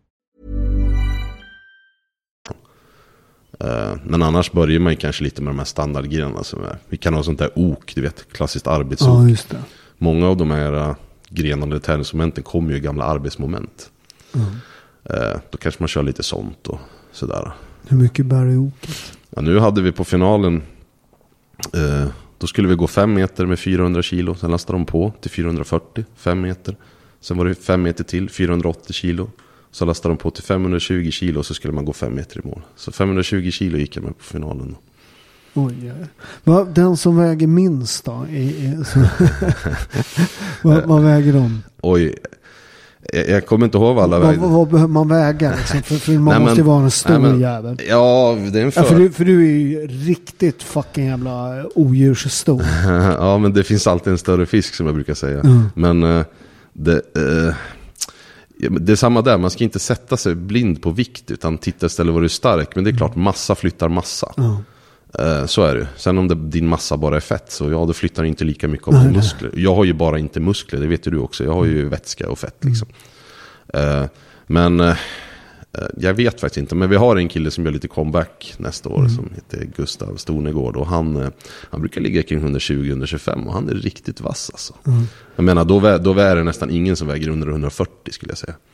Men annars börjar man kanske lite med de här standardgrenarna som är. Vi kan ha sånt där ok, du vet, klassiskt arbetsok. Ja, just det. Många av de här grenarna, tävlingsmomenten kommer ju i gamla arbetsmoment. Mm. Då kanske man kör lite sånt och sådär. Hur mycket bär i oket? Ja, nu hade vi på finalen, då skulle vi gå fem meter med fyrahundra kilo. Sen lastade de på till fyrahundrafyrtio, fem meter. Sen var det fem meter till, fyrahundraåttio kilo. Så lastade de på till femhundratjugo kilo och så skulle man gå fem meter i mål. Så femhundratjugo kilo gick jag med på finalen. Oj, ja. Den som väger minst då? Är, är, så... vad, vad väger de? Oj, jag, jag kommer inte ihåg vad alla väger. Vad, vad behöver man väga? Liksom? För, för man nej, måste ju vara en stor nej, men, jävel. Ja, det är en för... Ja, för, du, för du är ju riktigt fucking jävla odjursstor. Ja, men det finns alltid en större fisk som jag brukar säga. Mm. Men uh, det... Uh... Det är samma där, man ska inte sätta sig blind på vikt utan titta istället var du är stark. Men det är klart, massa flyttar massa. Mm. Eh, så är det. Sen om det, din massa bara är fett, så ja, då flyttar inte lika mycket av dina muskler. Jag har ju bara inte muskler, det vet ju du också. Jag har ju vätska och fett liksom. Mm. Eh, men eh, jag vet faktiskt inte. Men vi har en kille som gör lite comeback nästa år, mm. som heter Gustav Stornegård. Och han, eh, han brukar ligga kring hundratjugo till hundratjugofem, och han är riktigt vass alltså. Mm. Jag menar, då, vä- då är det nästan ingen som väger under hundrafyrtio skulle jag säga.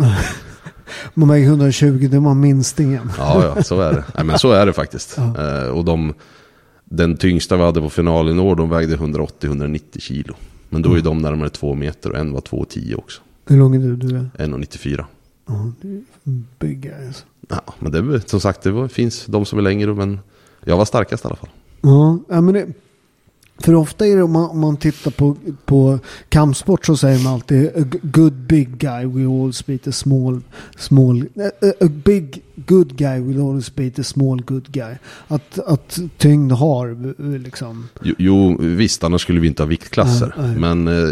Man väger hundratjugo, det var minstingen. Ja, ja, så är det. Nej, men så är det faktiskt. Ja. Eh, och de, den tyngsta vi hade på finalen i år, de vägde hundraåttio till hundranittio kilo. Men då är mm. de närmare två meter, och en var två tio också. Hur lång är du? du är? en komma nittiofyra. Ja, det är big guys. Ja, men det, som sagt, det var, finns de som är längre, men jag var starkast i alla fall. Ja, men det, för ofta är det, om man, om man tittar på, på kampsport, så säger man alltid a good big guy will always beat a small, small a, a big good guy will always beat a small good guy. Att, att tyngd har liksom... Jo, jo visst, annars skulle vi inte ha viktklasser. Nej, nej. Men... Eh,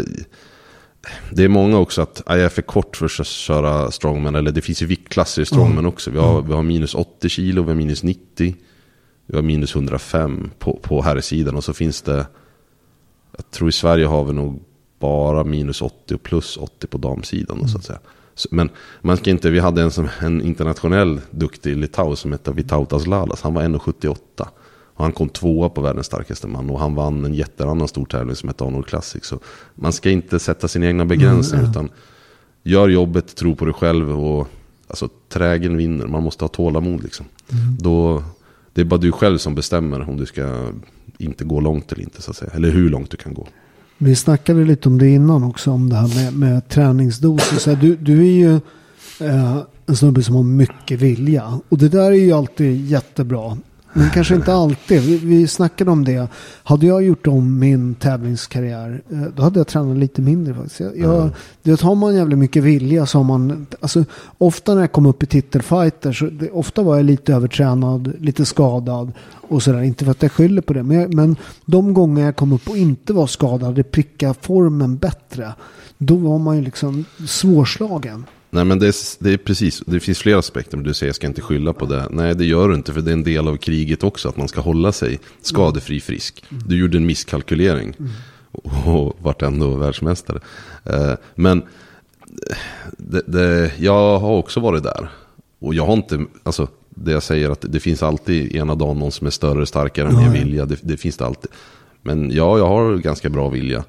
det är många också att jag är för kort för att köra strongman, eller det finns ju viktklasser i strongman mm. också. Vi har, vi har minus åttio kilo, vi har minus nittio, vi har minus hundrafem på, på här sidan, och så finns det, jag tror i Sverige har vi nog bara minus åttio och plus åttio på damsidan mm. så att säga. Så, men man ska inte, vi hade en, som, en internationell duktig Litau som heter Vitautas Lalas, han var en komma sjuttioåtta. Och han kom tvåa på världens starkaste man, och han vann en jätteannan stor tävling som heter Arnold Classic. Så man ska inte sätta sina egna begränsningar, mm, ja. utan gör jobbet, tro på dig själv, och alltså trägen vinner. Man måste ha tålamod liksom. Mm. Då, det är bara du själv som bestämmer om du ska inte gå långt eller inte, så att säga. Eller hur långt du kan gå. Vi snackade lite om det innan också, om det här med, med träningsdoser. Så du, du är ju eh, en snubbe som har mycket vilja, och det där är ju alltid jättebra. Men kanske inte alltid. Vi, vi snackade om det. Hade jag gjort om min tävlingskarriär, då hade jag tränat lite mindre faktiskt. Jag, jag, det har man jävligt mycket vilja, så man, alltså, ofta när jag kom upp i titelfighter, så det, ofta var jag lite övertränad, lite skadad och sådär. Inte för att jag skyller på det, men, jag, men de gånger jag kom upp och inte var skadad, det prickade formen bättre, då var man ju liksom svårslagen. Nej, men det är, det är precis, det finns flera aspekter, men du säger jag ska inte skylla på det. Nej, det gör du inte, för det är en del av kriget också, att man ska hålla sig skadefri frisk. Du gjorde en misskalkylering och vart ändå världsmästare. Men det, det, jag har också varit där, och jag har inte, alltså det jag säger, att det finns alltid ena dagen någon som är större, starkare, mer vilja, det, det finns det alltid. Men ja, jag har ganska bra vilja,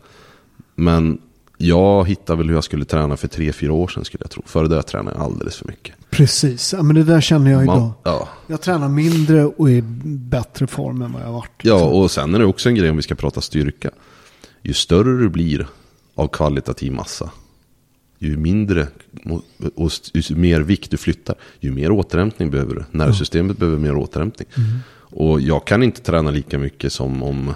men jag hittade väl hur jag skulle träna för tre, fyra år sedan, skulle jag tro. Före det jag tränade alldeles för mycket. Precis, ja, men det där känner jag idag. Man, ja. Jag tränar mindre och är i bättre form än vad jag har varit. Ja, och sen är det också en grej om vi ska prata styrka. Ju större du blir av kvalitativ massa, ju mindre och ju mer vikt du flyttar, ju mer återhämtning behöver du. Nervsystemet ja. behöver mer återhämtning. Mm. Och jag kan inte träna lika mycket som om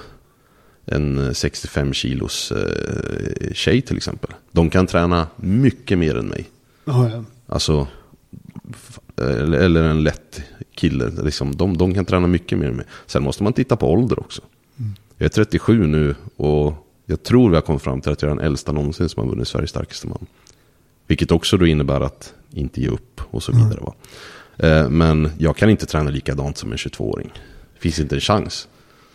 en sextiofem kilos eh, tjej till exempel. De kan träna mycket mer än mig. Oh, ja. Alltså eller, eller en lätt kille liksom, de, de kan träna mycket mer än mig. Sen måste man titta på ålder också. Mm. Jag är trettiosju nu, och jag tror vi har kommit fram till att jag är den äldsta någonsin som har vunnit Sveriges starkaste man. Vilket också då innebär att inte ge upp och så vidare. Mm. Va? Eh, men jag kan inte träna likadant som en tjugotvååring. Det finns inte en chans.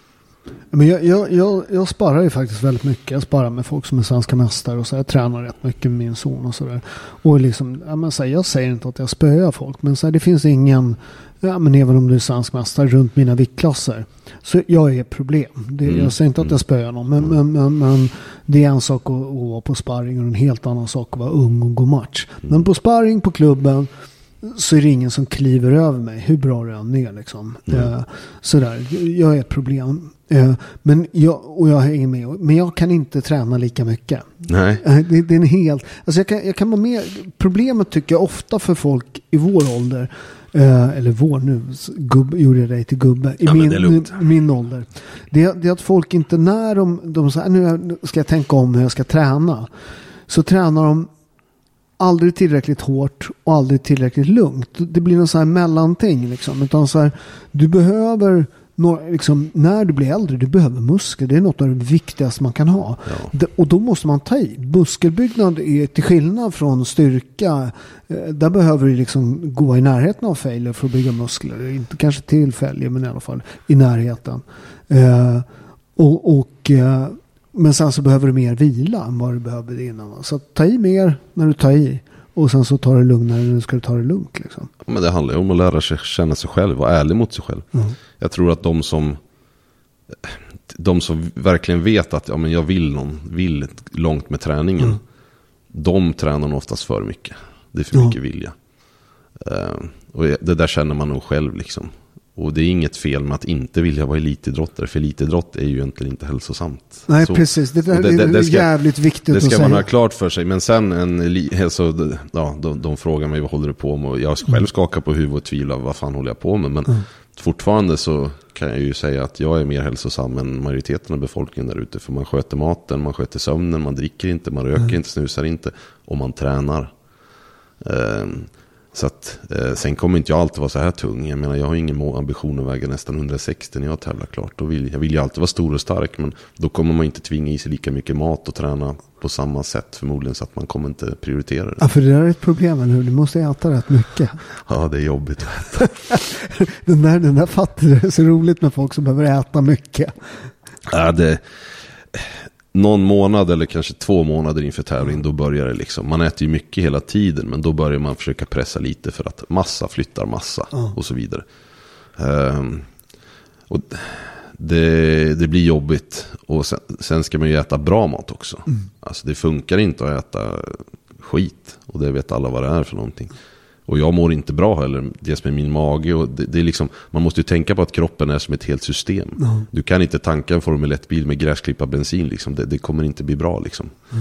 Men jag, jag, jag, jag sparar ju faktiskt väldigt mycket. Jag sparar med folk som är svenska mästare, och så jag tränar rätt mycket med min son och sådär. Och liksom, ja, men så här, jag säger inte att jag spöar folk, men så här, det finns ingen, ja, men även om du är svensk mästare runt mina viktklasser, så jag är problem. Det, mm. Jag säger inte att jag spöar någon, men, men, men, men det är en sak att, att vara på sparring, och en helt annan sak att vara ung och gå match. Mm. Men på sparring på klubben så är det ingen som kliver över mig, hur bra det än är liksom. Mm. Uh, sådär, jag är ett problem. Uh, men jag, och jag hänger med, men jag kan inte träna lika mycket. Nej. Uh, det, det är en helt, alltså jag kan, jag kan vara med, problemet tycker jag ofta för folk i vår ålder, uh, eller vår nu, gubb, gjorde jag dig till gubbe, i ja, min, min ålder. Det, det är att folk inte, när de, de säger, nu ska jag tänka om hur jag ska träna, så tränar de aldrig tillräckligt hårt och aldrig tillräckligt lugnt. Det blir någon sån här mellanting liksom. Utan så här, du behöver några, liksom, när du blir äldre, du behöver muskler. Det är något av det viktigaste man kan ha. Ja. Det, och då måste man ta i. Muskelbyggnad är till skillnad från styrka. Eh, där behöver du liksom gå i närheten av failure för att bygga muskler. Inte kanske till fälge, men i alla fall i närheten. Eh, och, och eh, men sen så behöver du mer vila än vad du behöver innan. Så ta i mer när du tar i. Och sen så tar det lugnare när du ska ta det lugnt. Liksom. Men det handlar ju om att lära sig känna sig själv. Vara ärlig mot sig själv. Mm. Jag tror att de som de som verkligen vet att ja, men jag vill, någon, vill långt med träningen. Mm. De tränar oftast för mycket. Det är för mycket mm. vilja. Uh, och det där känner man nog själv liksom. Och det är inget fel med att inte vilja vara elitidrottare. För elitidrott är ju egentligen inte hälsosamt. Nej, så, precis. Det, där, det, det, det ska, är jävligt viktigt att säga. Det ska man ha klart för sig. Men sen en, alltså, ja, de, de frågar mig vad håller du på med. Och jag själv mm. skakar på huvudet och tvivlar vad fan håller jag på med. Men mm. fortfarande så kan jag ju säga att jag är mer hälsosam än majoriteten av befolkningen där ute. För man sköter maten, man sköter sömnen, man dricker inte, man röker mm. inte, snusar inte. Och man tränar. Um, Så att, eh, sen kommer inte jag alltid vara så här tung. Jag menar, jag har ingen ambition att väga nästan hundrasextio när jag tävlar klart. Då vill, jag vill ju alltid vara stor och stark, men då kommer man inte tvinga i sig lika mycket mat och träna på samma sätt förmodligen, så att man kommer inte prioritera det. Ja, för det där är ett problem nu. Du måste äta rätt mycket. Ja, det är jobbigt att äta. den där, den där fattar det är så roligt med folk som behöver äta mycket. Ja, det... Någon månad eller kanske två månader inför tävling, då börjar det liksom. Man äter ju mycket hela tiden, men då börjar man försöka pressa lite för att massa flyttar massa mm. och så vidare. Um, och det, det blir jobbigt. Och sen, sen ska man ju äta bra mat också. Mm. Alltså det funkar inte att äta skit, och det vet alla vad det är för någonting. Och jag mår inte bra heller, dels med min mage. Och det, det är liksom, man måste ju tänka på att kroppen är som ett helt system. Mm. Du kan inte tanka en Formel ett-bil med gräsklippa bensin. Liksom. Det, det kommer inte bli bra. Liksom. Mm.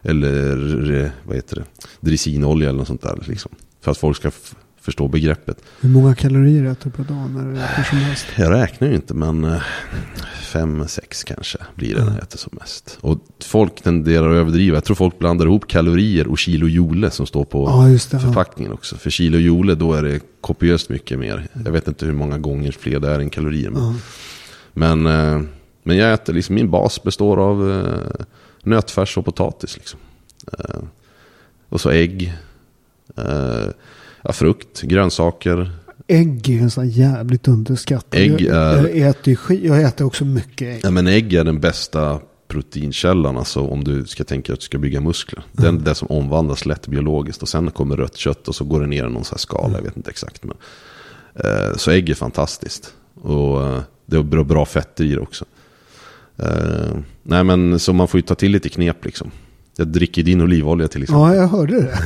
Eller vad heter det? Drisinolja eller något sånt där. Liksom. För att folk ska f- förstå begreppet. Hur många kalorier äter du på dagen när du äter som mest? Jag räknar ju inte, men fem, sex kanske blir det när jag äter som mest. Och folk tenderar att överdriva. Jag tror folk blandar ihop kalorier och kilo joule som står på ja, just det, förpackningen ja. Också. För kilo joule, då är det kopiöst mycket mer. Jag vet inte hur många gånger fler det är än kalorier. Men, ja. men, men jag äter liksom, min bas består av nötfärs och potatis. Liksom. Och så ägg. Ja, frukt, grönsaker. Ägg är en sån jävligt underskattad. Ägg är, jag, jag, äter, jag äter också mycket ägg. Ja, men ägg är den bästa proteinkällan, alltså om du ska tänka att du ska bygga muskler. Den mm. är det som omvandlas lätt biologiskt, och sen kommer rött kött och så går det ner i någon så här skala, mm. jag vet inte exakt. Men, eh, så ägg är fantastiskt. Och eh, det är bra, bra fetter i det också. Eh, nej men så man får ju ta till lite knep liksom. Jag dricker din olivolja till exempel. Ja, jag hörde det.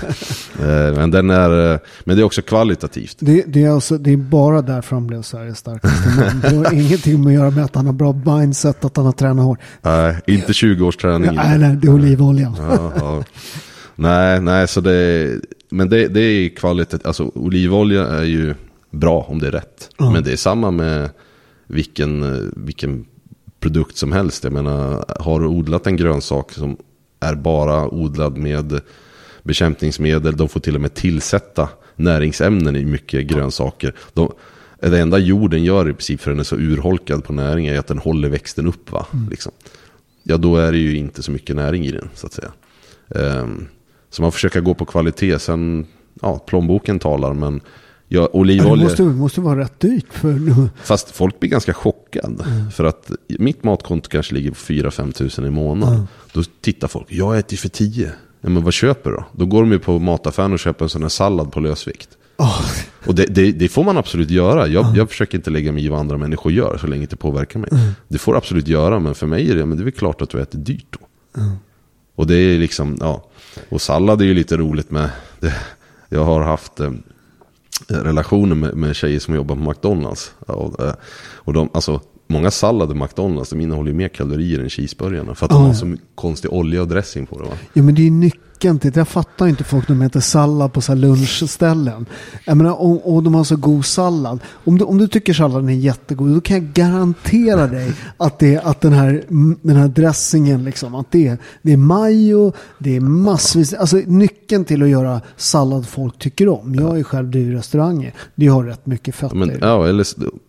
men, den är, men det är också kvalitativt. Det, det, är, alltså, det är bara därför han blev Sveriges starkaste man. Det har ingenting med att göra med att han har bra mindset, att han har tränat hårt. Nej, inte tjugo års träning. Nej, nej, det är olivoljan. ja, ja. Nej, nej, så det, men det, det är kvalitativt. Alltså olivolja är ju bra om det är rätt. Mm. Men det är samma med vilken, vilken produkt som helst. Jag menar, har du odlat en grönsak som är bara odlad med bekämpningsmedel. De får till och med tillsätta näringsämnen i mycket grönsaker. De, det enda jorden gör i princip för den är så urholkad på näring är att den håller växten upp. Va? Mm. Liksom. Ja, då är det ju inte så mycket näring i den, så att säga. Um, så man försöker gå på kvalitet. Sen, ja, plånboken talar, men ja, olivolja... Det måste, måste vara rätt dyrt. För... Fast folk blir ganska chockade. Mm. För att mitt matkonto kanske ligger på fyra till fem tusen i månaden. Mm. Då tittar folk, jag äter för tio. Ja, men vad köper då? Då går de ju på mataffären och köper en sån här sallad på lösvikt. Oh. Och det, det, det får man absolut göra. Jag, mm. jag försöker inte lägga mig i vad andra människor gör så länge det påverkar mig. Mm. Det får absolut göra, men för mig är det, men det är väl klart att du äter dyrt då. Mm. Och det är liksom, ja. Och sallad är ju lite roligt med det. Jag har haft eh, relationer med, med tjejer som jobbar på McDonalds. Och, eh, och de, alltså många sallader McDonalds, de innehåller ju mer kalorier än cheeseburgarna. För att oh. de har så konstig olja och dressing på det, va? Ja, men det är nyckeln till det. Jag fattar inte folk när de äter sallad på så här lunchställen. Jag menar, och, och de har så god sallad. Om du, om du tycker salladen är jättegod, då kan jag garantera dig att, det, att den, här, den här dressingen, liksom, att det, det är majo, det är massvis. Alltså nyckeln till att göra sallad folk tycker om. Jag är själv dyr i restauranger. Det har rätt mycket fett. Ja, men, ja, eller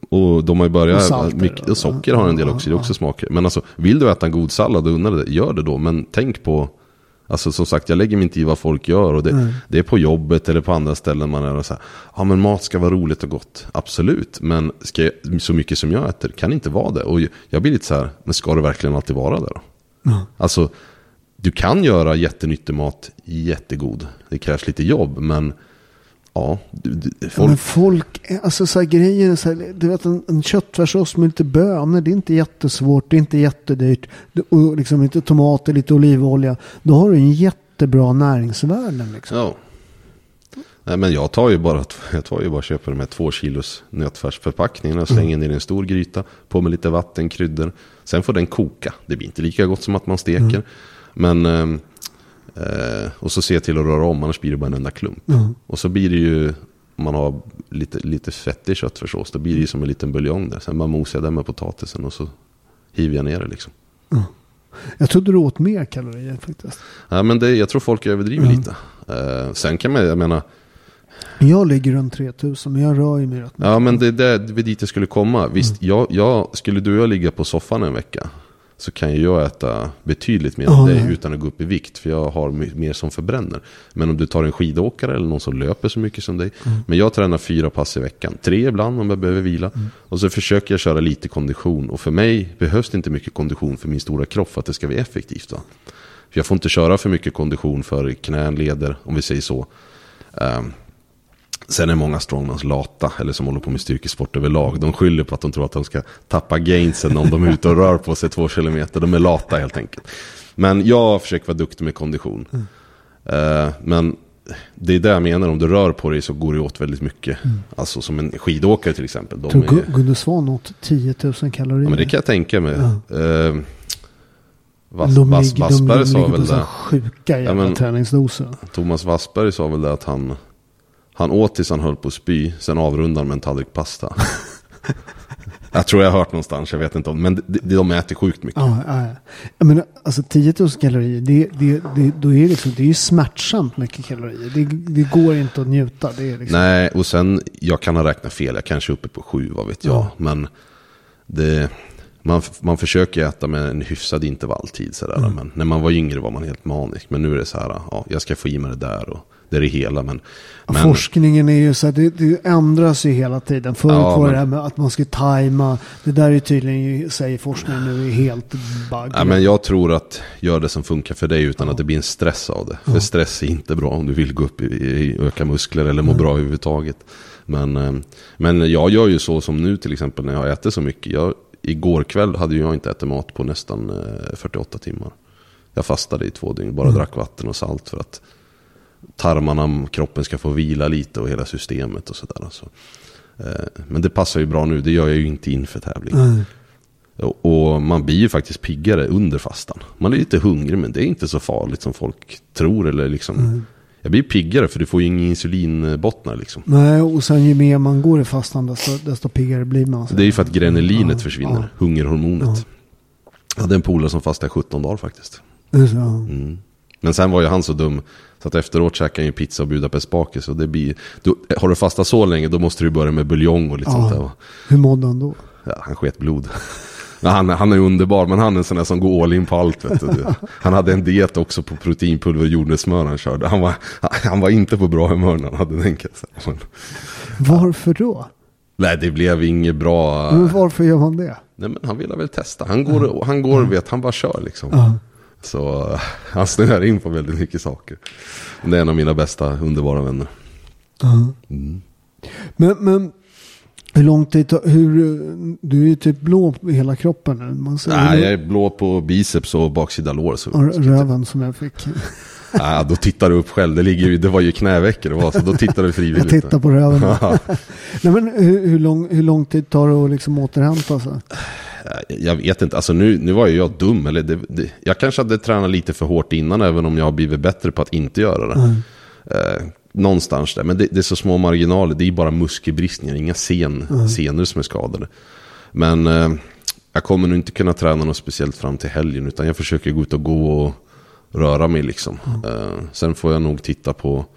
Och de har ju börjat, och salter, mycket, och socker har en del också, det är också smaker. Men alltså, vill du äta en god sallad och unna det, gör det då. Men tänk på, alltså som sagt, jag lägger mig inte i vad folk gör. Och det, mm. det är på jobbet eller på andra ställen man är och så här, ja men mat ska vara roligt och gott. Absolut, men ska jag, så mycket som jag äter kan inte vara det. Och jag blir lite så här, men ska det verkligen alltid vara det då? Mm. Alltså, du kan göra jättenyttig mat jättegod. Det krävs lite jobb, men ja, du, du, folk... Ja, men folk, alltså så här grejer, så här, du vet en, en köttfärssås med lite bönor, det är inte jättesvårt, det är inte jättedyrt, och liksom lite tomater, lite olivolja, då har du en jättebra näringsvärden liksom. Ja. Nej, men jag tar ju bara, jag tar ju bara köper med två kilos nötfärsförpackningen och slänger mm. ner i en stor gryta, på med lite vatten, kryddor, sen får den koka. Det blir inte lika gott som att man steker, mm. men eh, Eh, och så ser jag till att röra om, annars blir det bara en enda klump. Mm. Och så blir det ju, om man har lite, lite fett i köttfärssås, då blir det ju som en liten buljong där. Sen bara mosar jag den med potatisen och så hiver jag ner det liksom. Mm. Jag trodde du åt mer kalorier faktiskt. Ja, men det, jag tror folk överdriver mm. lite. Eh, sen kan man, jag menar... Jag ligger runt tre tusen, men jag rör ju mig rätt mycket. Ja, men det är det, det dit jag skulle komma. Visst, mm. jag, jag, skulle du och jag ligga på soffan en vecka, så kan ju jag äta betydligt mer oh, än dig utan att gå upp i vikt. För jag har mer som förbränner. Men om du tar en skidåkare eller någon som löper så mycket som dig. Mm. Men jag tränar fyra pass i veckan. Tre ibland om jag behöver vila. Mm. Och så försöker jag köra lite kondition. Och för mig behövs det inte mycket kondition för min stora kropp för att det ska bli effektivt. Va? För jag får inte köra för mycket kondition för knän, leder, om vi säger så. Um, Sen är många strongmans lata, eller som håller på med styrkesport överlag. De skyller på att de tror att de ska tappa gainsen om de är ute och rör på sig två kilometer. De är lata helt enkelt. Men jag försöker vara duktig med kondition. Mm. Uh, men det är det jag menar, om du rör på dig så går det åt väldigt mycket. Mm. Alltså som en skidåkare till exempel. De tror är... Gunde Svan åt tio tusen kalorier. Ja, men det kan jag tänka mig. Ja. Uh, Vass, de Vass, ligger, Vassberg de sa väl det. Sjuka jävla ja, träningsdoser. Thomas Wassberg sa väl det att han... Han åt tills han höll på att spy. Sen avrundade med en tallrik pasta. Jag tror jag har hört någonstans. Jag vet inte om. Men de, de äter sjukt mycket. Ja, ja, ja. Jag menar, alltså tio tusen kalorier. Det, det, det, då är det, liksom, det är ju smärtsamt mycket kalorier. Det, det går inte att njuta. Det är liksom... Nej, och sen. Jag kan ha räknat fel. Jag kanske är uppe på sju, vad vet jag. Ja. Men det... Man, man försöker äta med en hyfsad intervalltid. Sådär, mm. Men när man var yngre var man helt manisk. Men nu är det så här. Ja, jag ska få i mig det där och... Det är det hela, men, ja, men... forskningen är ju så här, det, det ändras ju hela tiden. Förut ja, var men... det här med att man ska tajma. Det där är tydligen, ju, säger forskningen nu, är helt bugg. Ja, men jag tror att gör det som funkar för dig utan ja. att det blir en stress av det. Ja. För stress är inte bra om du vill gå upp i, i öka muskler eller må ja. bra överhuvudtaget. Men, men jag gör ju så som nu till exempel när jag äter så mycket. Jag, igår kväll hade jag inte ätit mat på nästan fyrtioåtta timmar. Jag fastade i två dygn, bara mm. drack vatten och salt för att tarmarna, kroppen ska få vila lite och hela systemet och sådär. Alltså. Eh, men det passar ju bra nu, det gör jag ju inte inför tävling. Mm. Och, och man blir ju faktiskt piggare under fastan. Man är lite hungrig, men det är inte så farligt som folk tror. Eller liksom. Mm. Jag blir piggare för du får ju ingen insulinbottnar liksom. Nej, och sen ju mer man går i fastan desto, desto piggare blir man. Det är ju för att grenelinet ja, försvinner, ja. hungerhormonet. Ja. Jag hade en polare som fastade sjutton dagar faktiskt. Mm. Men sen var ju han så dum så att efteråt käkade han ju pizza och Budapestbakis. Och det blir, du, har du fastat så länge då måste du börja med buljong och lite ja. sånt där. Hur mådde han då? Ja, han sket blod. han, han är underbar, men han är en sån där som går all in på allt. Vet du. Han hade en diet också på proteinpulver och jordnötssmör han körde. Han var, han var inte på bra humör när han hade den. Varför då? Nej, det blev inget bra. Men varför gör man det? Nej, men han ville väl testa. Han går, mm. han går vet, han bara kör liksom. Mm. Så uh, han snöar in på väldigt mycket saker. Det är en av mina bästa, underbara vänner. Uh-huh. Mm. Men, men hur lång tid, hur, du är ju typ blå på hela kroppen nu. Man ser Nej, hur... jag är blå på biceps och baksida lår. Så, och röven som jag fick. Nej, då tittar du upp själv. Det, ligger ju, det var ju knäveckor det var, så då tittar du frivilligt. Jag tittar på röven. Nej, men hur, hur, lång, hur lång tid tar det att liksom återhämta sig? Jag vet inte, alltså nu, nu var ju jag dum eller det, det, jag kanske hade tränat lite för hårt innan, även om jag har blivit bättre på att inte göra det. Mm. eh, någonstans där, men det, det är så små marginaler, det är bara muskelbristningar, inga sen, mm. senor som är skadade. Men eh, jag kommer nog inte kunna träna något speciellt fram till helgen, utan jag försöker gå ut och gå och röra mig liksom. Mm. eh, sen får jag nog titta på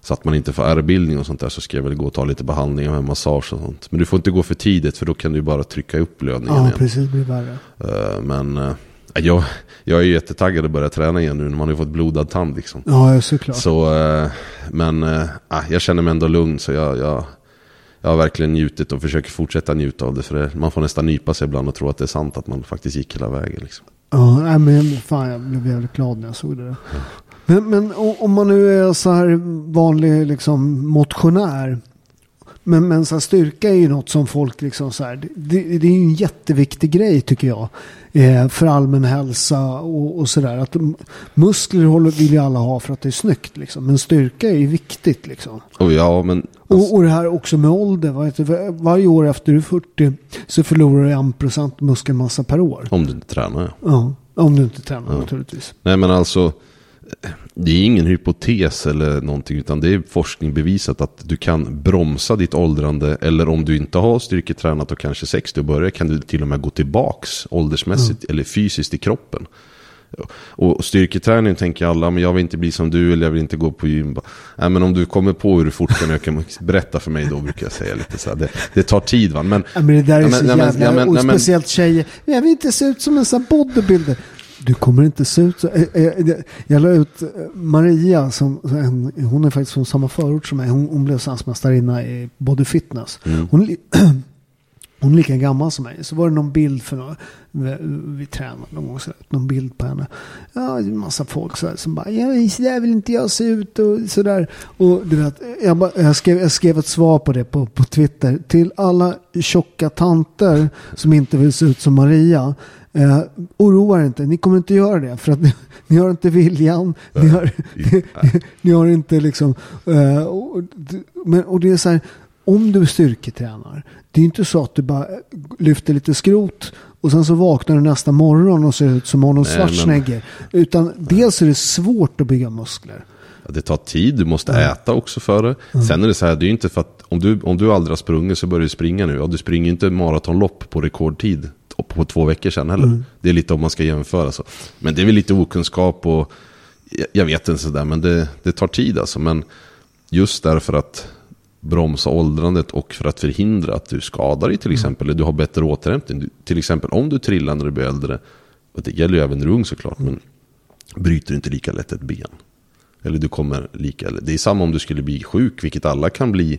så att man inte får ärrbildning och sånt där, så ska jag väl gå och ta lite behandling och massage och sånt. Men du får inte gå för tidigt, för då kan du bara trycka upp blödningen ja, igen. Ja, precis, det blir värre. Uh, men uh, jag, jag är ju jättetaggad att börja träna igen nu när man har fått blodad tand liksom. Ja, såklart. Så, uh, men uh, jag känner mig ändå lugn, så jag, jag, jag har verkligen njutit och försöker fortsätta njuta av det. För det, man får nästan nypa sig ibland och tro att det är sant att man faktiskt gick hela vägen liksom. Ja, men fan, jag blev väldigt glad när jag såg det. Ja. Men, men om man nu är så här vanlig liksom motionär, men, men så här, styrka är ju något som folk liksom så här, det, det är ju en jätteviktig grej tycker jag, eh, för allmän hälsa och, och sådär. Att muskler håller, vill ju alla ha för att det är snyggt liksom, men styrka är ju viktigt liksom. Oh, ja, men och, och det här också med ålder, vad heter det, varje år efter du är fyrtio så förlorar du en procent muskelmassa per år. Om du inte tränar. Ja, om du inte tränar ja. naturligtvis. Nej, men alltså det är ingen hypotes eller någonting, utan det är forskning bevisat att du kan bromsa ditt åldrande, eller om du inte har styrketränat och kanske sextio och börjar, kan du till och med gå tillbaks åldersmässigt mm. eller fysiskt i kroppen. Och styrketräning tänker alla, men jag vill inte bli som du, eller jag vill inte gå på gym. Nej, men om du kommer på hur du fort kan öka, berätta för mig då, brukar jag säga lite så här. Det, det tar tid, va? Men, ja, men det där är ja, så men, jävla, ja, men, och ja, men, speciellt tjejer. Jag vill inte se ut som en sån bodybuilder. Du kommer inte se ut så. Jag, jag la ut Maria, som, hon är faktiskt från samma förort som mig. Hon, hon blev sansmästarinna i body fitness. Mm. Hon, hon är lika gammal som mig. Så var det någon bild för någon, vi, vi tränade någon gång, så någon bild på henne. Ja, en massa folk så här, som bara, ja, så där vill inte jag se ut och sådär. Och du vet, jag, bara, jag, skrev, jag skrev ett svar på det på, på Twitter. Till alla tjocka tanter som inte vill se ut som Maria. Uh, oroa er inte, ni kommer inte göra det för att ni, ni har inte viljan, ni har, ni, ni har inte liksom uh, och, men, och det är så här, om du styrketränar, det är inte så att du bara lyfter lite skrot och sen så vaknar du nästa morgon och ser ut som Arnold Schwarzenegger, men... utan dels är det svårt att bygga muskler. Ja, det tar tid, du måste mm. äta också för det. Mm. Sen är det så här, det är ju inte för att om du, om du aldrig har sprungit så börjar du springa nu. Ja, du springer inte maratonlopp på rekordtid på två veckor sedan heller. Mm. Det är lite om man ska jämföra så. Men det är väl lite okunskap och jag vet inte sådär, men det, det tar tid alltså. Men just därför att bromsa åldrandet och för att förhindra att du skadar dig till exempel, mm. eller du har bättre återhämtning. Till exempel om du trillar när du blir äldre, och det gäller ju även när du är ung såklart, mm. men bryter inte lika lätt ett ben. Eller du kommer lika, det är samma om du skulle bli sjuk, vilket alla kan bli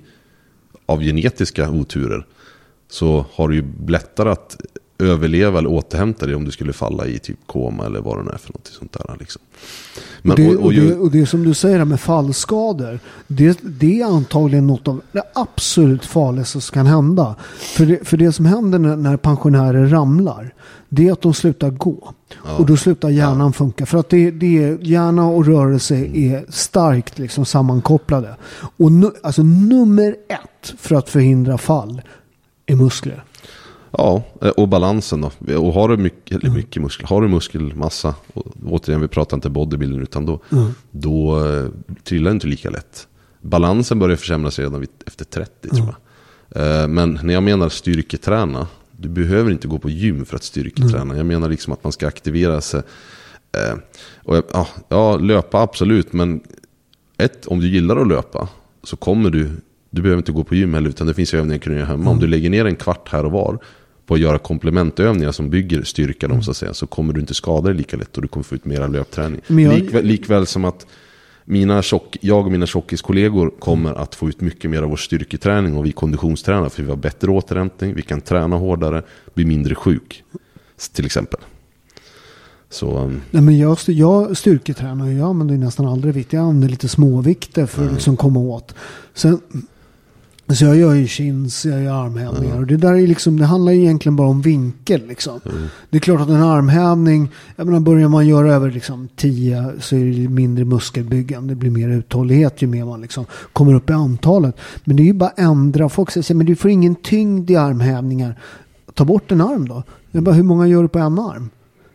av genetiska oturer, så har du ju lättare att överleva eller återhämta dig om du skulle falla i typ koma eller vad det är för något sånt där liksom. Men, och, det, och, och, ju... och, det, och det som du säger med fallskador, det, det är antagligen något av det absolut farligaste som kan hända. För det, för det som händer när, när pensionärer ramlar, det är att de slutar gå. Ja. Och då slutar hjärnan ja. funka. För att det, det är, hjärna och rörelse är starkt liksom sammankopplade. Och nu, alltså nummer ett för att förhindra fall är muskler. Ja, och balansen då. Och har du mycket, eller mycket muskler, har du muskelmassa, och återigen, vi pratar inte bodybuilding, utan då, mm. då uh, trillar inte lika lätt. Balansen börjar försämras redan vid, efter trettio mm. tror jag. Uh, men när jag menar styrketräna, du behöver inte gå på gym för att styrketräna. Mm. Jag menar liksom att man ska aktivera sig. Uh, och, ja, ja, löpa absolut, men ett, om du gillar att löpa så kommer du, du behöver inte gå på gym heller, utan det finns övningar kan du göra hemma. Mm. Om du lägger ner en kvart här och var på att göra komplementövningar som bygger styrka mm. så att säga, så kommer du inte skada dig lika lätt och du kommer få ut mera löpträning. Jag... Likväl, likväl som att mina tjock, jag och mina tjockiskollegor kommer mm. att få ut mycket mer av vår styrketräning, och vi konditionstränar för vi har bättre återhämtning, vi kan träna hårdare, bli mindre sjuk till exempel. Så, um... Nej, men jag, jag styrketränar, jag använder nästan aldrig vikt. Jag använder lite småvikter för mm. att liksom komma åt. Sen, så jag gör ju chins, jag gör armhävningar. Mm. Och det där är liksom, det handlar ju egentligen bara om vinkel liksom. Mm. Det är klart att en armhävning, jag menar, börjar man göra över liksom tio så är det mindre muskelbyggande. Det blir mer uthållighet ju mer man liksom kommer upp i antalet. Men det är ju bara ändra. Folk säger, men du får ingen tyngd i armhävningar. Ta bort en arm då. Jag bara, hur många gör du på en arm?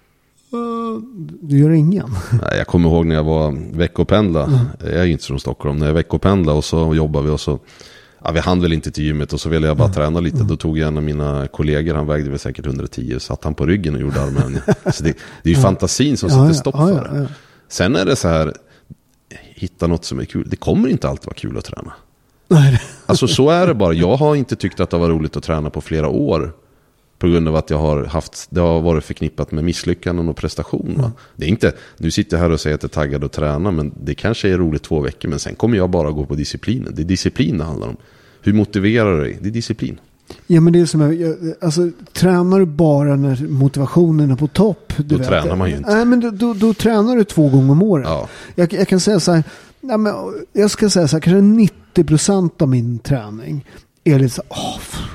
Du gör ingen. Nej, jag kommer ihåg när jag var veckopendla. Mm. Jag är inte från Stockholm. När jag veckopendla och så jobbade vi och så, ja, vi hann väl inte till gymmet och så ville jag bara mm. träna lite. Mm. Då tog jag en av mina kollegor, han vägde väl säkert etthundratio, satt han på ryggen och gjorde armen. Så det, det är ju ja. fantasin som sätter ja, stopp ja, för ja, ja. det. Sen är det så här, hitta något som är kul. Det kommer inte alltid vara kul att träna. Nej. Alltså så är det bara. Jag har inte tyckt att det var roligt att träna på flera år. På grund av att jag har haft, det har varit förknippat med misslyckanden och prestation. Va? Mm. Det är inte, nu sitter jag här och säger att jag är taggad att träna, men det kanske är roligt två veckor, men sen kommer jag bara gå på disciplinen. Det är disciplin det handlar om. Hur motiverar du dig? Det är disciplin. Ja, men det är som jag, alltså tränar du bara när motivationen är på topp, du då vet, tränar man ju inte. Nej, men då, då, då tränar du två gånger om året. Ja. Jag, jag kan säga så här, nej, men jag ska säga så här, kanske nittio procent av min träning är lite så åh,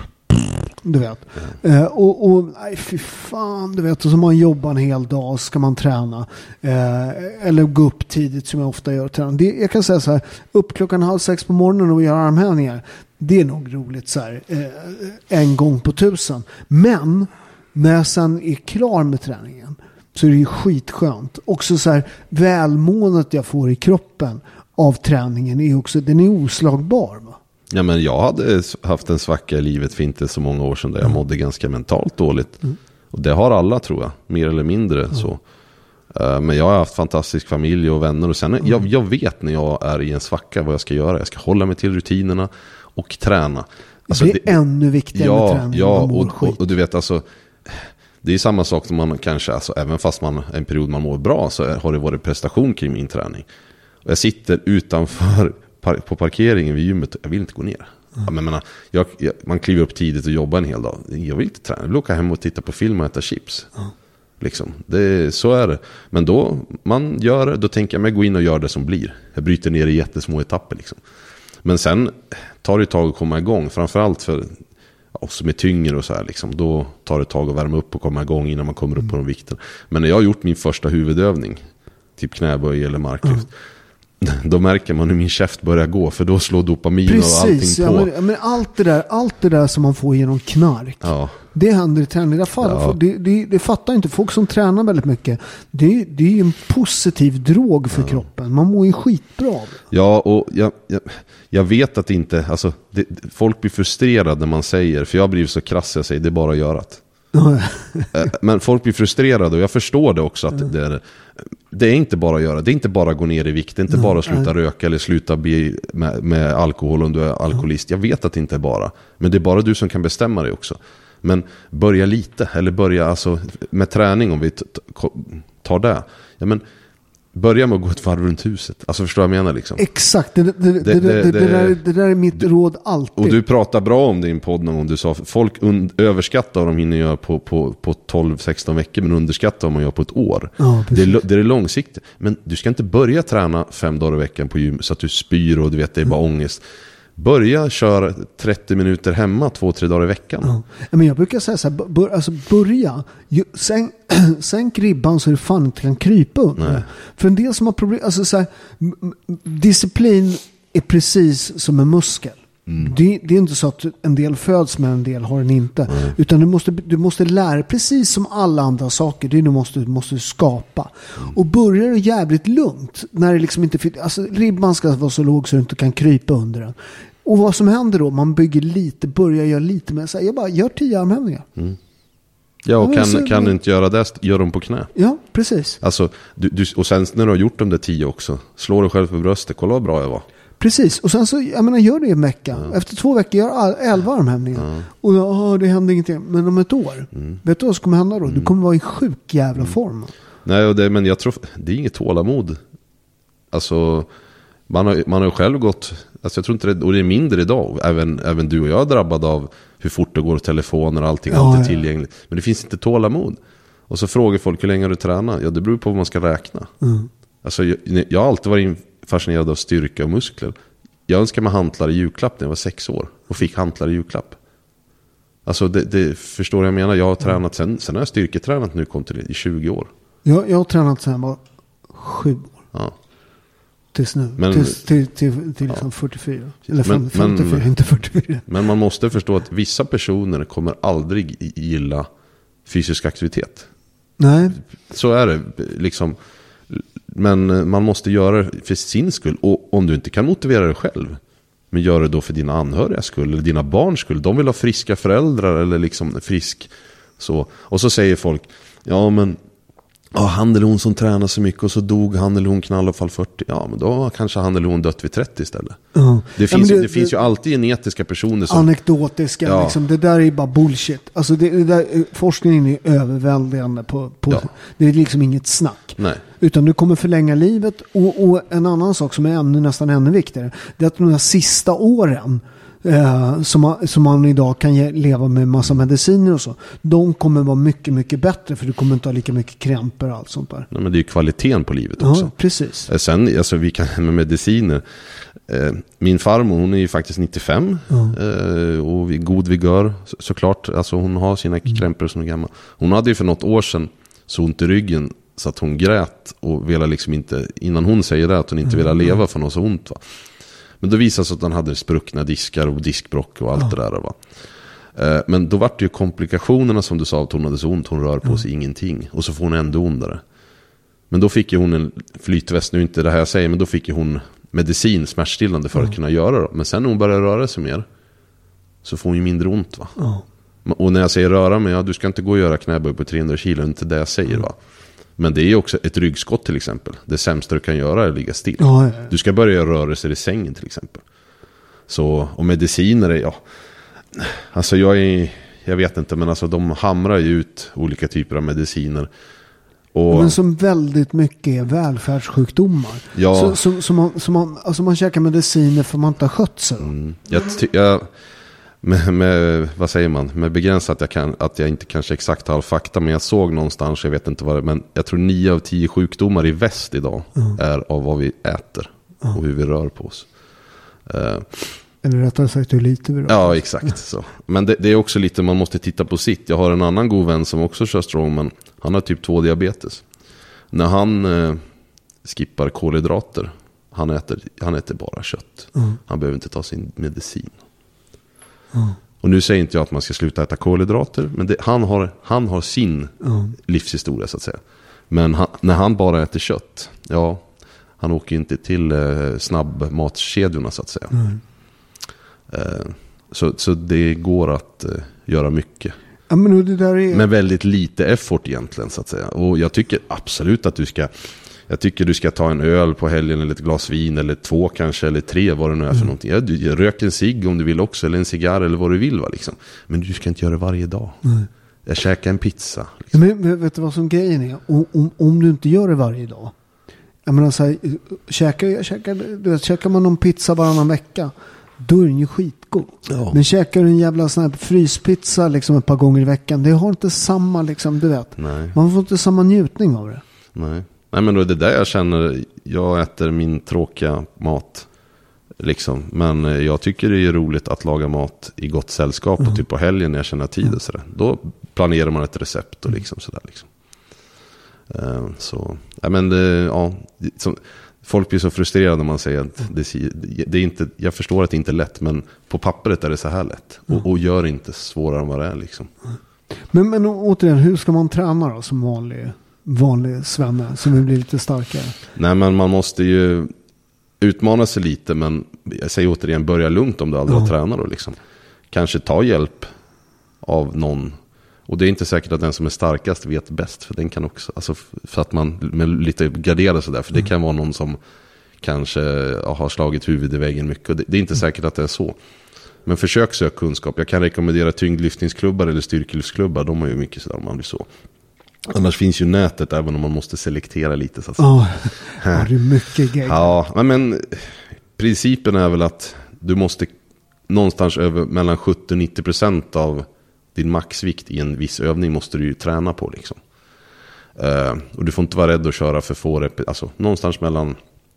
du vet. Mm. Eh, och, och nej fy fan, du vet, och så man jobbar en hel dag, ska man träna eh, eller gå upp tidigt som jag ofta gör träna. Det, jag kan säga så här, upp klockan halv sex på morgonen och göra armhävningar, det är nog roligt så här, eh, en gång på tusen. Men när jag sen är klar med träningen så är det ju skitskönt. Också så här, välmåendet jag får i kroppen av träningen är också, den är oslagbar, va? Ja, men jag hade haft en svacka i livet för inte så många år sedan där jag mm. mådde ganska mentalt dåligt. Mm. Och det har alla, tror jag, mer eller mindre mm. så. Uh, men jag har haft fantastisk familj och vänner. Och sen, mm. jag, jag vet när jag är i en svacka vad jag ska göra. Jag ska hålla mig till rutinerna och träna. Alltså, det är det, ännu viktigare ja, med träning. Ja, och, och, och du vet alltså, det är samma sak som man kanske, alltså, även fast man en period man mår bra så har det varit prestation kring min träning. Och jag sitter utanför på parkeringen vid gymmet, jag vill inte gå ner. Mm. Ja, men, menar, jag, jag, man kliver upp tidigt och jobbar en hel dag. Jag vill inte träna, jag vill åka hem och titta på film och äta chips. Mm. Liksom. Det, så är det. Men då man gör det, då tänker jag mig gå in och göra det som blir. Jag bryter ner i jättesmå etapper. Liksom. Men sen tar det ett tag att komma igång. Framförallt för oss som är tyngre och så här. Liksom. Då tar det ett tag att värma upp och komma igång innan man kommer upp mm. på de vikten. Men när jag har gjort min första huvudövning, typ knäböj eller marklyft, mm. då märker man hur min käft börjar gå, för då slår dopamin Precis, och allting på. Ja, men, men allt det där, allt det där som man får genom knark, ja. det händer i träning. Det, ja. det, det, det fattar inte folk som tränar väldigt mycket. Det, det är ju en positiv drog för ja. kroppen. Man mår ju skitbra av det. Ja, och jag, jag, jag vet att det inte, alltså, det, folk blir frustrerade när man säger, för jag blir så krass, jag säger det är bara att göra det. Men folk blir frustrerade och jag förstår det också att det är, det är inte bara att göra, det är inte bara att gå ner i vikt, det är inte bara att sluta röka eller sluta bli med, med alkohol om du är alkoholist. Jag vet att det inte är bara, men det är bara du som kan bestämma det också. Men börja lite, eller börja alltså med träning, om vi t- t- tar det. Ja, men börja med att gå ett varv runt huset. Alltså förstår jag menar liksom. Exakt, det, det, det, det, det, det, det, där, det där är mitt du, råd alltid. Och du pratar bra om din podd någon gång. Du sa folk und- överskattar vad de hinner göra på, på, på tolv sexton veckor, men underskattar vad man gör på ett år. Ja, det, är, det är långsiktigt. Men du ska inte börja träna fem dagar i veckan på gym så att du spyr och du vet det är bara mm. ångest. Börja köra trettio minuter hemma två, tre dagar i veckan. Ja. Men jag brukar säga så här, bör, alltså börja, sänk, sänk ribban så du fan inte kan krypa under. Nej. För en del som har problem, alltså så här, disciplin är precis som en muskel. Mm. Det, det är inte så att en del föds med, en del har den inte. Mm. Utan du måste, du måste lära, precis som alla andra saker, det du måste, du måste skapa. Mm. Och börjar du jävligt lugnt, när det liksom inte, alltså ribban ska vara så låg så du inte kan krypa under den. Och vad som händer då, man bygger lite, börjar göra lite med, så här, jag bara gör tio armhävningar. Mm. Ja, och ja, kan, så, kan du inte göra det, gör dem på knä. Ja, precis. Alltså, du, du, och sen när du har gjort de där tio också, slår du själv på bröstet, kolla vad bra jag var. Precis, och sen så, jag menar, gör det i en vecka. Ja. Efter två veckor gör elva armhävningar. Ja. Och ja, det händer ingenting. Men om ett år, mm. vet du vad som kommer hända då? Mm. Du kommer vara i sjuk jävla mm. form. Nej, och det, men jag tror, det är inget tålamod. Alltså, man har, man har själv gått, alltså jag tror inte det, och det är mindre idag. Även, även du och jag är drabbade av hur fort det går, telefoner och allting, ja, allt är ja. tillgängligt. Men det finns inte tålamod. Och så frågar folk hur länge du tränar. Ja, det beror på vad man ska räkna. Mm. Alltså, jag, jag har alltid varit fascinerad av styrka och muskler. Jag önskar mig hantlar i julklapp när jag var sex år och fick hantlar i julklapp. Alltså det, det förstår jag menar. Jag har tränat sen, sen har jag styrketränat nu kontinuerligt i tjugo år. Jag, jag har tränat sen jag var sju år. Ja. Tills nu. Men, tills, till till, till liksom ja. fyrtiofyra. Eller men, femtiofyra, men, inte fyrtiofyra. Men man måste förstå att vissa personer kommer aldrig gilla fysisk aktivitet. Nej. Så är det liksom. Men man måste göra det för sin skull. Och om du inte kan motivera dig själv, men gör det då för dina anhöriga skull eller dina barns skull. De vill ha friska föräldrar eller liksom frisk så. Och så säger folk, ja men Ja, han eller hon som tränar så mycket och så dog han eller hon knallfall fyrtio. Ja, men då kanske han eller hon dött vid trettio istället. Uh. Det, finns, ja, det, ju, det, det finns ju alltid genetiska personer som... Anekdotiska, ja. liksom, det där är bara bullshit. Alltså det, det där, forskningen är överväldigande på... på ja. Det är liksom inget snack. Nej. Utan du kommer förlänga livet. Och, och en annan sak som är ännu, nästan ännu viktigare, det är att de här sista åren Eh, som, man, som man idag kan ge, leva med massa mediciner och så, de kommer vara mycket, mycket bättre, för du kommer inte ha lika mycket krämpor och allt sånt där. Nej, men det är ju kvaliteten på livet också. Ja, precis. Eh, sen, alltså vi kan med mediciner, eh, min farmor, hon är ju faktiskt nittiofem mm. eh, och vid god vigör, så, såklart, alltså hon har sina mm. krämpor som är gamla. Hon hade ju för något år sedan så ont i ryggen så att hon grät och ville liksom inte, innan hon säger det, att hon inte mm. ville leva för något så ont, va. Men då visade sig att han hade spruckna diskar och diskbrock och allt ja. det där. Va? Eh, men då var det ju komplikationerna som du sa, att hon hade så ont. Hon rör på ja. sig ingenting. Och så får hon ändå ondare. Men då fick ju hon en flytväst, nu inte det här jag säger, men då fick ju hon medicin, smärtstillande för ja. att kunna göra det. Men sen när hon börjar röra sig mer så får hon ju mindre ont, va? Ja. Och när jag säger röra mig, ja, du ska inte gå och göra knäböj på trehundra kilo, inte det jag säger, va? Men det är ju också ett ryggskott till exempel. Det sämsta du kan göra är att ligga still. Ja, ja, ja. Du ska börja göra rörelser i sängen till exempel. Så, och mediciner är, ja. Alltså jag är, jag vet inte, men alltså de hamrar ju ut olika typer av mediciner. Och, men som väldigt mycket är välfärdssjukdomar. Ja. Så, så, så, man, så man, alltså man käkar mediciner för man inte har skött sig. Mm. Jag, jag, med, med, vad säger man? Med begränsat att jag, kan, att jag inte kanske exakt har fakta, men jag såg någonstans, jag vet inte vad det är, men jag tror nio av tio sjukdomar i väst idag mm. är av vad vi äter mm. och hur vi rör på oss. Uh, Eller rättare sagt hur lite vi rör. Ja, exakt så. Men det, det är också lite, man måste titta på sitt. Jag har en annan god vän som också kör strongman. Han har typ två diabetes. När han eh, skippar kolhydrater, han äter, han äter bara kött. Mm. Han behöver inte ta sin medicin. Mm. Och nu säger inte jag att man ska sluta äta kolhydrater, men det, han, har, han har sin mm. livshistoria så att säga. Men han, när han bara äter kött, ja, han åker inte till eh, snabbmatskedjorna så att säga. Mm. Eh, så, så det går att eh, göra mycket. Ja, men det där är... med väldigt lite effort egentligen så att säga. Och jag tycker absolut att du ska, jag tycker du ska ta en öl på helgen eller ett glas vin eller två kanske eller tre, vad det nu är för mm. någonting. Ja, du rök en cigg om du vill också, eller en cigarr eller vad du vill, va, liksom. Men du ska inte göra det varje dag. Mm. Jag käkar en pizza liksom. Men, men vet du vad som grejen är? Om, om, om du inte gör det varje dag, jag menar så här, käkar, käkar, du vet, käkar man någon pizza varannan vecka, då är den ju skitgod. Ja. Men käkar du en jävla sån här fryspizza liksom ett par gånger i veckan, det har inte samma liksom, du vet. Nej. Man får inte samma njutning av det. Nej. Nej, men då är det där jag känner, jag äter min tråkiga mat liksom, men jag tycker det är roligt att laga mat i gott sällskap mm. och typ på helgen när jag känner tid och sådär. Då planerar man ett recept och liksom sådär liksom. Uh, så, ja men det, ja, som, folk blir så frustrerade när man säger att det, det är inte, jag förstår att det inte är lätt, men på pappret är det så här lätt. Mm. Och, och gör inte svårare än vad det är liksom. Men, men återigen, hur ska man träna då som vanlig, vanlig svenne som vill bli lite starkare? Nej, men man måste ju utmana sig lite, men jag säger återigen, börja lugnt om du aldrig mm. har tränat då liksom. Kanske ta hjälp av någon. Och det är inte säkert att den som är starkast vet bäst, för den kan också, alltså för att man med lite garderar sådär, för det kan vara någon som kanske ja, har slagit huvudet i väggen mycket, och det, det är inte säkert att det är så. Men försök söka kunskap. Jag kan rekommendera tyngdlyftningsklubbar eller styrkelyftsklubbar, de har ju mycket sådär om man blir så. Annars finns ju nätet, även om man måste selektera lite så att säga. Oh, ja, det är mycket grej. Ja, men principen är väl att du måste någonstans över mellan sjuttio till nittio procent av din maxvikt i en viss övning måste du ju träna på liksom. Uh, och du får inte vara rädd att köra för få rep- alltså någonstans mellan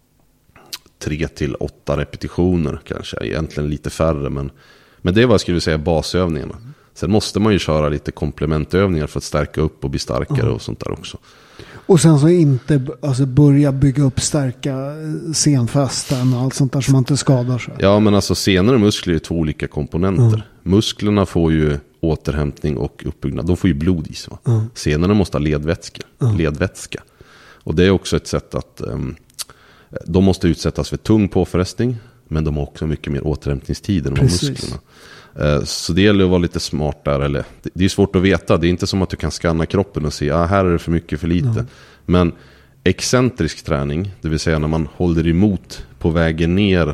tre till åtta repetitioner kanske, egentligen lite färre, men, men det är vad jag skulle säga basövningarna. Sen måste man ju köra lite komplementövningar för att stärka upp och bli starkare mm. och sånt där också. Och sen så inte alltså börja bygga upp, stärka senfästen och allt sånt där som man inte skadar sig. Ja, men alltså senare muskler är två olika komponenter. Mm. Musklerna får ju återhämtning och uppbyggnad. De får ju blod i sig. Mm. Senare måste ha ledvätska. Mm. ledvätska. Och det är också ett sätt att um, de måste utsättas för tung påfrestning. Men de har också mycket mer återhämtningstid än de musklerna. Så det gäller att vara lite smart där. Eller, det är svårt att veta. Det är inte som att du kan skanna kroppen och se ah, här är det för mycket, för lite. Mm. Men excentrisk träning, det vill säga när man håller emot på vägen ner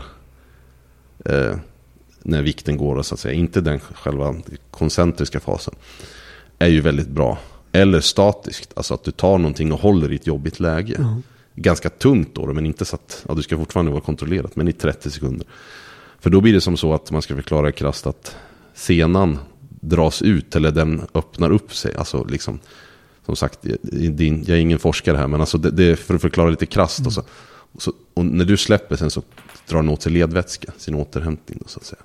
eh, när vikten går, så att säga, inte den själva koncentriska fasen, är ju väldigt bra. Eller statiskt, alltså att du tar någonting och håller i ett jobbigt läge. Mm. Ganska tungt då, men inte så att ja, du ska fortfarande vara kontrollerat, men i trettio sekunder. För då blir det som så att man ska förklara krasst att senan dras ut, eller den öppnar upp sig. Alltså liksom, som sagt, jag är ingen forskare här, men alltså det, det är för att förklara lite krasst. Mm. Och, så, och, så, och när du släpper sen så drar den åt sig ledvätska, sin återhämtning då, så att säga.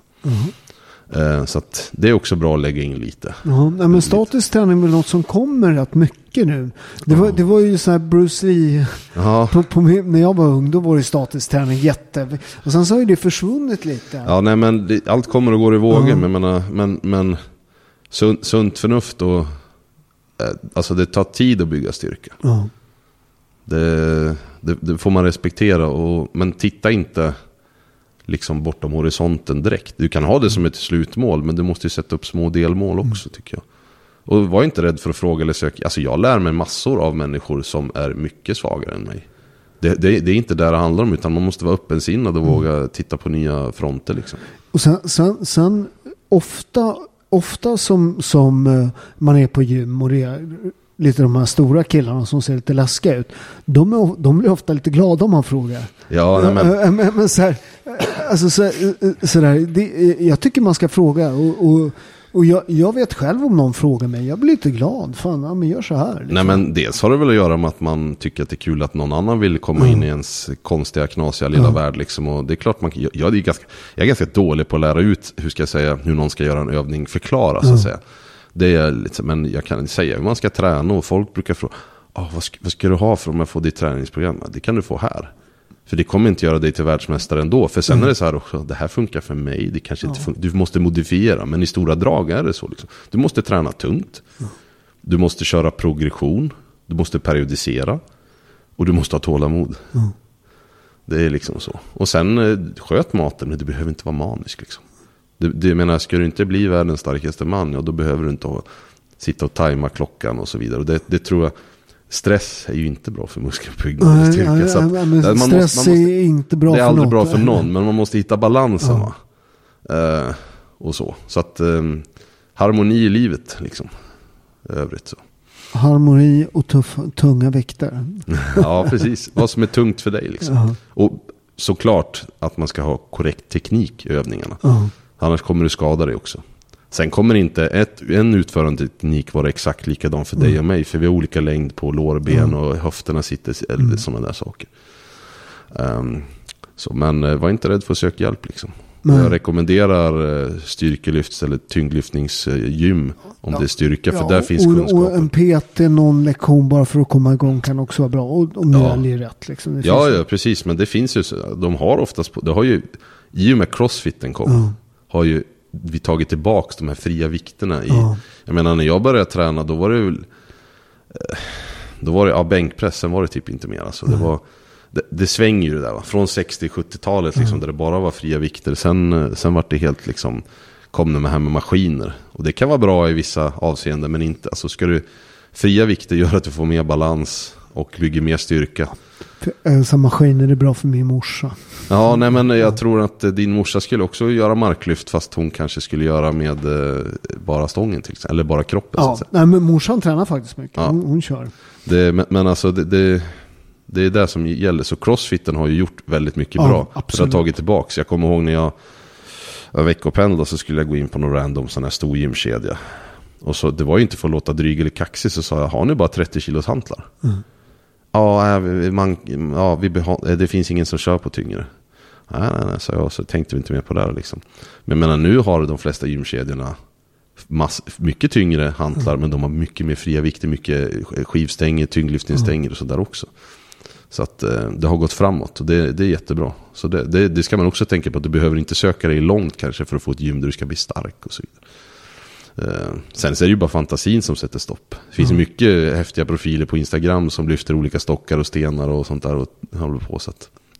Mm. Eh, så att det är också bra att lägga in lite. Ja, men statisk träning är väl något som kommer rätt mycket nu. Det var, ja. det var ju så här Bruce Lee ja. på, på, när jag var ung, då var det statisk träning jätte. Och sen så har ju det försvunnit lite. Ja, nej, men det, allt kommer och går i vågor. Ja. Men, men, men, men sunt, sunt förnuft och eh, alltså det tar tid att bygga styrka. Ja. Det, det, det får man respektera. Och, men titta inte liksom bortom horisonten direkt. Du kan ha det som ett slutmål, men du måste ju sätta upp små delmål också, mm. tycker jag. Och var inte rädd för att fråga eller söka. Alltså jag lär mig massor av människor som är mycket svagare än mig. Det, det, det är inte där det handlar om, utan man måste vara öppensinnad och mm. våga titta på nya fronter liksom. Och sen, sen, sen ofta, ofta som, som man är på gym och det är lite de här stora killarna som ser lite läskiga ut, de, är, de blir ofta lite glada om man frågar. Ja, nej, men... men, men så här, alltså så, så där, det, jag tycker man ska fråga och, och, och jag, jag vet själv om någon frågar mig, jag blir lite glad, fan, ja, men gör så här liksom. Nej, men dels har det väl att göra med att man tycker att det är kul att någon annan vill komma mm. in i ens konstiga, knasiga lilla mm. värld liksom. Och det är klart man, jag, jag, är ganska, jag är ganska dålig på att lära ut, hur ska jag säga, hur någon ska göra en övning, förklara så att mm. säga. Det är lite, men jag kan säga hur man ska träna, och folk brukar fråga oh, vad, ska, vad ska du ha för om jag får ditt träningsprogram? Det kan du få här. För det kommer inte göra dig till världsmästare ändå. För sen mm. är det så här också, det här funkar för mig, det kanske ja. inte funkar. Du måste modifiera, men i stora drag är det så liksom. Du måste träna tungt. Mm. Du måste köra progression. Du måste periodisera. Och du måste ha tålamod. Mm. Det är liksom så. Och sen sköt maten, men du behöver inte vara manisk liksom. Du, du menar, ska du inte bli världens starkaste man, ja, då behöver du inte ha, sitta och tajma klockan och så vidare. Och det, det tror jag, stress är ju inte bra för muskelbyggnad och styrka. Så att, ja, men man stress måste, man måste, är inte bra för något. Det är aldrig bra för någon, men man måste hitta balansen. Ja. Uh, och så. Så att um, harmoni i livet liksom. Övrigt så. Harmoni och tuff, tunga vikter. Ja, precis. Vad som är tungt för dig liksom. Ja. Och såklart att man ska ha korrekt teknik i övningarna. Ja. Annars kommer du skada dig också. Sen kommer inte ett, en utförande teknik vara exakt likadan för mm. dig och mig. För vi har olika längd på lårben mm. och höfterna sitter, eller mm. sådana där saker. Um, så, men var inte rädd för att söka hjälp liksom. Nej. Jag rekommenderar styrkelyfts eller tyngdlyftningsgym om ja. det är styrka, för ja, där finns och, kunskapen. Och en P T, någon lektion bara för att komma igång kan också vara bra. Och om ja. det är rätt liksom. Det ja, ja, precis. Men det finns ju, de har oftast, det har ju, i och med crossfiten kom, ja. har ju vi tagit tillbaka de här fria vikterna i, ja. jag menar när jag började träna, då var det väl då var det, ja, bänkpressen var det typ inte mer alltså. Det var Det, det svänger ju det där va? Från sextio-sjuttiotalet liksom, mm. där det bara var fria vikter. Sen, sen var det helt liksom, kom det med här med maskiner. Och det kan vara bra i vissa avseenden, men inte. Alltså ska du, fria vikter gör att du får mer balans och bygger mer styrka. Så maskiner är bra för min morsa. Ja, nej, men jag tror att din morsa skulle också göra marklyft, fast hon kanske skulle göra med eh, bara stången till exempel, eller bara kroppen. Ja, så att säga. Nej, men morsan tränar faktiskt mycket. Ja. Hon, hon kör. Det, men, men alltså det... det Det är det som gäller. Så crossfiten har ju gjort väldigt mycket ja, bra. Absolut. För att ha tagit tillbaka. Jag kommer ihåg när jag var veckopendlade, så skulle jag gå in på någon random sån här stor gymkedja. Och så, det var ju inte för att låta dryg eller kaxig, så sa jag, har ni bara trettio kilos hantlar? Mm. Ja, man, ja vi beha- det finns ingen som kör på tyngre. Nej, nej, nej, så, jag, så tänkte vi inte mer på det här liksom. Men jag menar, nu har de flesta gymkedjorna mass, mycket tyngre hantlar, mm. men de har mycket mer fria vikter, mycket skivstänger, tyngdlyftningsstänger mm. och sådär också. Så att eh, det har gått framåt, och det, det är jättebra. Så det, det, det ska man också tänka på, att du behöver inte söka dig långt kanske för att få ett gym där du ska bli stark och så vidare. Eh, sen så är det ju bara fantasin som sätter stopp. Det finns mm. mycket häftiga profiler på Instagram som lyfter olika stockar och stenar och sånt där och håller på. Så att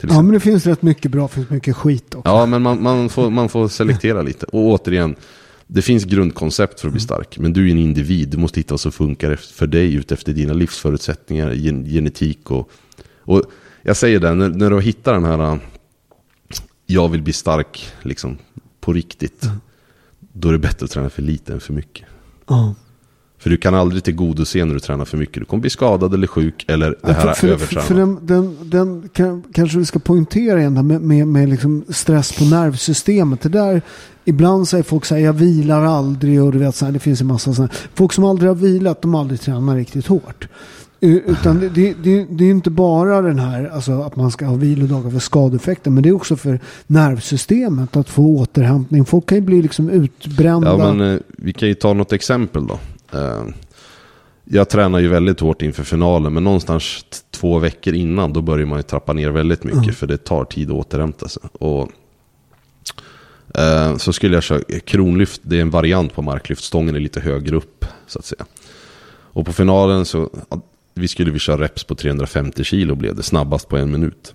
Ja, men det finns rätt mycket bra, finns mycket skit också. Ja, men man, man, får, man får selektera lite. Och återigen, det finns grundkoncept för att bli stark. Men du är en individ, du måste hitta vad som funkar för dig ut efter dina livsförutsättningar, gen, genetik och... och jag säger det, när, när du hittar den här jag vill bli stark liksom på riktigt, mm. då är det bättre att träna för lite än för mycket. Ja. För du kan aldrig tillgodose när du tränar för mycket. Du kommer bli skadad eller sjuk eller det här ja, för, övertränar. För, för den, den, den kan, kanske vi ska poängtera igen med, med, med liksom stress på nervsystemet. Det där, ibland säger folk så här, jag vilar aldrig och du vet så här, det finns en massa sådana. Folk som aldrig har vilat, de aldrig tränar riktigt hårt. Utan det, det, det, det är inte bara den här, alltså att man ska ha vilodagar för skadeeffekter, men det är också för nervsystemet att få återhämtning. Folk kan ju bli liksom utbrända. Ja, men eh, vi kan ju ta något exempel då. Eh, jag tränar ju väldigt hårt inför finalen, men någonstans t- två veckor innan då börjar man ju trappa ner väldigt mycket, mm. för det tar tid att återhämta sig. Och eh, så skulle jag köra kronlyft, det är en variant på marklyftstången, är lite högre upp så att säga. Och på finalen så vi skulle vi köra reps på trehundrafemtio kilo, blev det snabbast på en minut.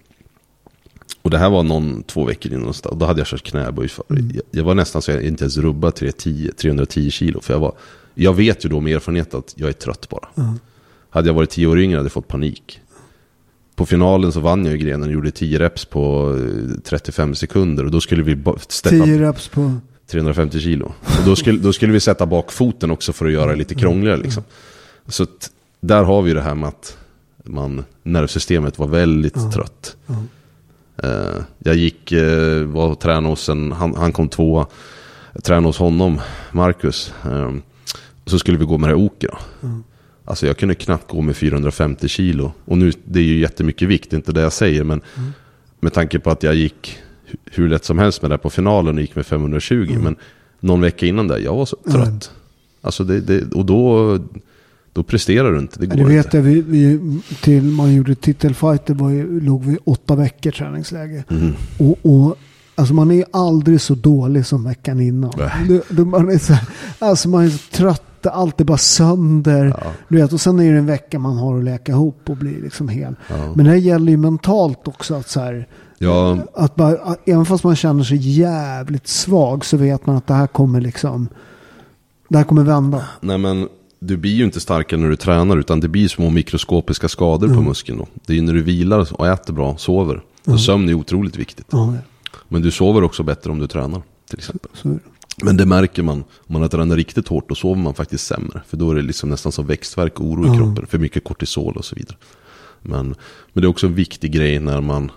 Och det här var någon två veckor innan, och då hade jag kört knäböj för. Mm. Jag, jag var nästan så jag inte ens rubba trehundratio kilo, för jag var, jag vet ju då med erfarenhet att jag är trött bara. Mm. Hade jag varit tio år yngre hade jag fått panik. På finalen så vann jag ju grenen och gjorde tio reps på trettiofem sekunder, och då skulle vi steppa tio reps på trehundrafemtio kilo. Och då skulle, då skulle vi sätta bak foten också för att göra det lite krångligare liksom. Så att, där har vi det här med att man, nervsystemet var väldigt mm. trött. Mm. Uh, jag gick, uh, var och tränade hos en, han, han kom två, tränade hos honom, Marcus. Um, så skulle vi gå med det oker då. Mm. Alltså jag kunde knappt gå med fyrahundrafemtio kilo. Och nu, det är ju jättemycket vikt, inte det jag säger, men mm. med tanke på att jag gick hur lätt som helst med det på finalen och gick med femhundratjugo, mm. men någon vecka innan det, jag var så trött. Mm. Alltså det, det, och då då presterar du inte, det går det vet inte. Jag, vi, vi, till man gjorde titelfighter var ju, låg vi åtta veckor träningsläge. Mm. Och, och alltså man är aldrig så dålig som veckan innan. Du, du, man är så här, alltså man är så trött, allt är bara sönder. Ja. Du vet, och sen är det en vecka man har att läka ihop och bli liksom hel. Ja. Men det här gäller ju mentalt också att så här, ja. att bara, att, även fast man känner sig jävligt svag så vet man att det här kommer liksom, det här kommer vända. Nej, men du blir ju inte starkare när du tränar, utan det blir små mikroskopiska skador mm. på muskeln då. Det är när du vilar och äter bra, sover. Så mm. sömn är otroligt viktigt. Mm. Men du sover också bättre om du tränar, till exempel. Så, så men det märker man, om man har tränat riktigt hårt, då sover man faktiskt sämre. För då är det liksom nästan som växtverk och oro mm. i kroppen, för mycket kortisol och så vidare. Men, men det är också en viktig grej när man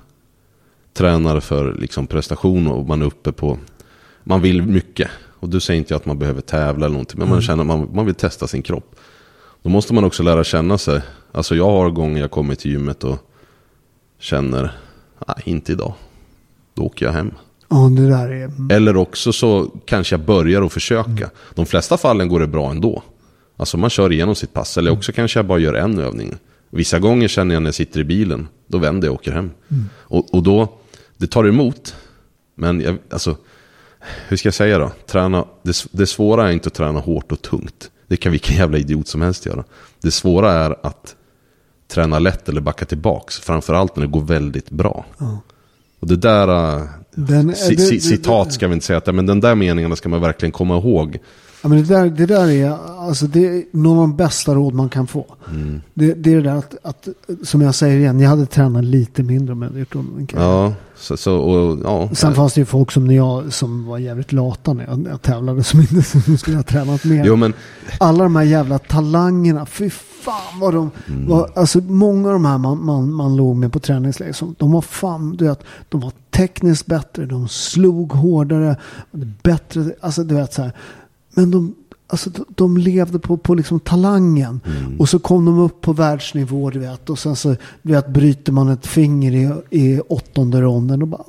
tränar för liksom prestation och man är uppe på, man vill mycket. Och du säger inte att man behöver tävla eller någonting, men mm. man känner att man, man vill testa sin kropp. Då måste man också lära känna sig. Alltså jag har gånger jag kommer till gymmet och känner, nej, inte idag. Då åker jag hem. Ja, det där är... Eller också så kanske jag börjar att försöka. Mm. De flesta fallen går det bra ändå. Alltså man kör igenom sitt pass. Eller också kanske jag bara gör en övning. Vissa gånger känner jag när jag sitter i bilen, då vänder jag och åker hem. Mm. Och, och då, det tar emot. Men jag, alltså... Hur ska jag säga då? Träna, det, det svåra är inte att träna hårt och tungt. Det kan vilken jävla idiot som helst göra. Det svåra är att träna lätt eller backa tillbaks. Framförallt när det går väldigt bra. Ja. Och det där den, c- det, c- citat det, ska vi inte säga att, men den där meningen ska man verkligen komma ihåg. Ja, men det där, det där är alltså det är någon av de bästa råd man kan få. Mm. Det, det är det där att, att, som jag säger igen, jag hade tränat lite mindre men det gjort en ja, så, så, och, ja. Sen fanns det ju folk som jag som var jävligt lata när jag, jag tävlade som inte som skulle ha tränat mer. Jo, men... Alla de här jävla talangerna, fy fan vad de mm. var, alltså många av de här man, man, man låg med på träningsläger, de var fan, du vet, de var tekniskt bättre, de slog hårdare, bättre, alltså du vet så här. Men de, alltså, de levde på, på liksom talangen. Mm. Och så kom de upp på världsnivå, du vet. Och sen så, du vet, bryter man ett finger i, i åttonde ronden. Och, bara,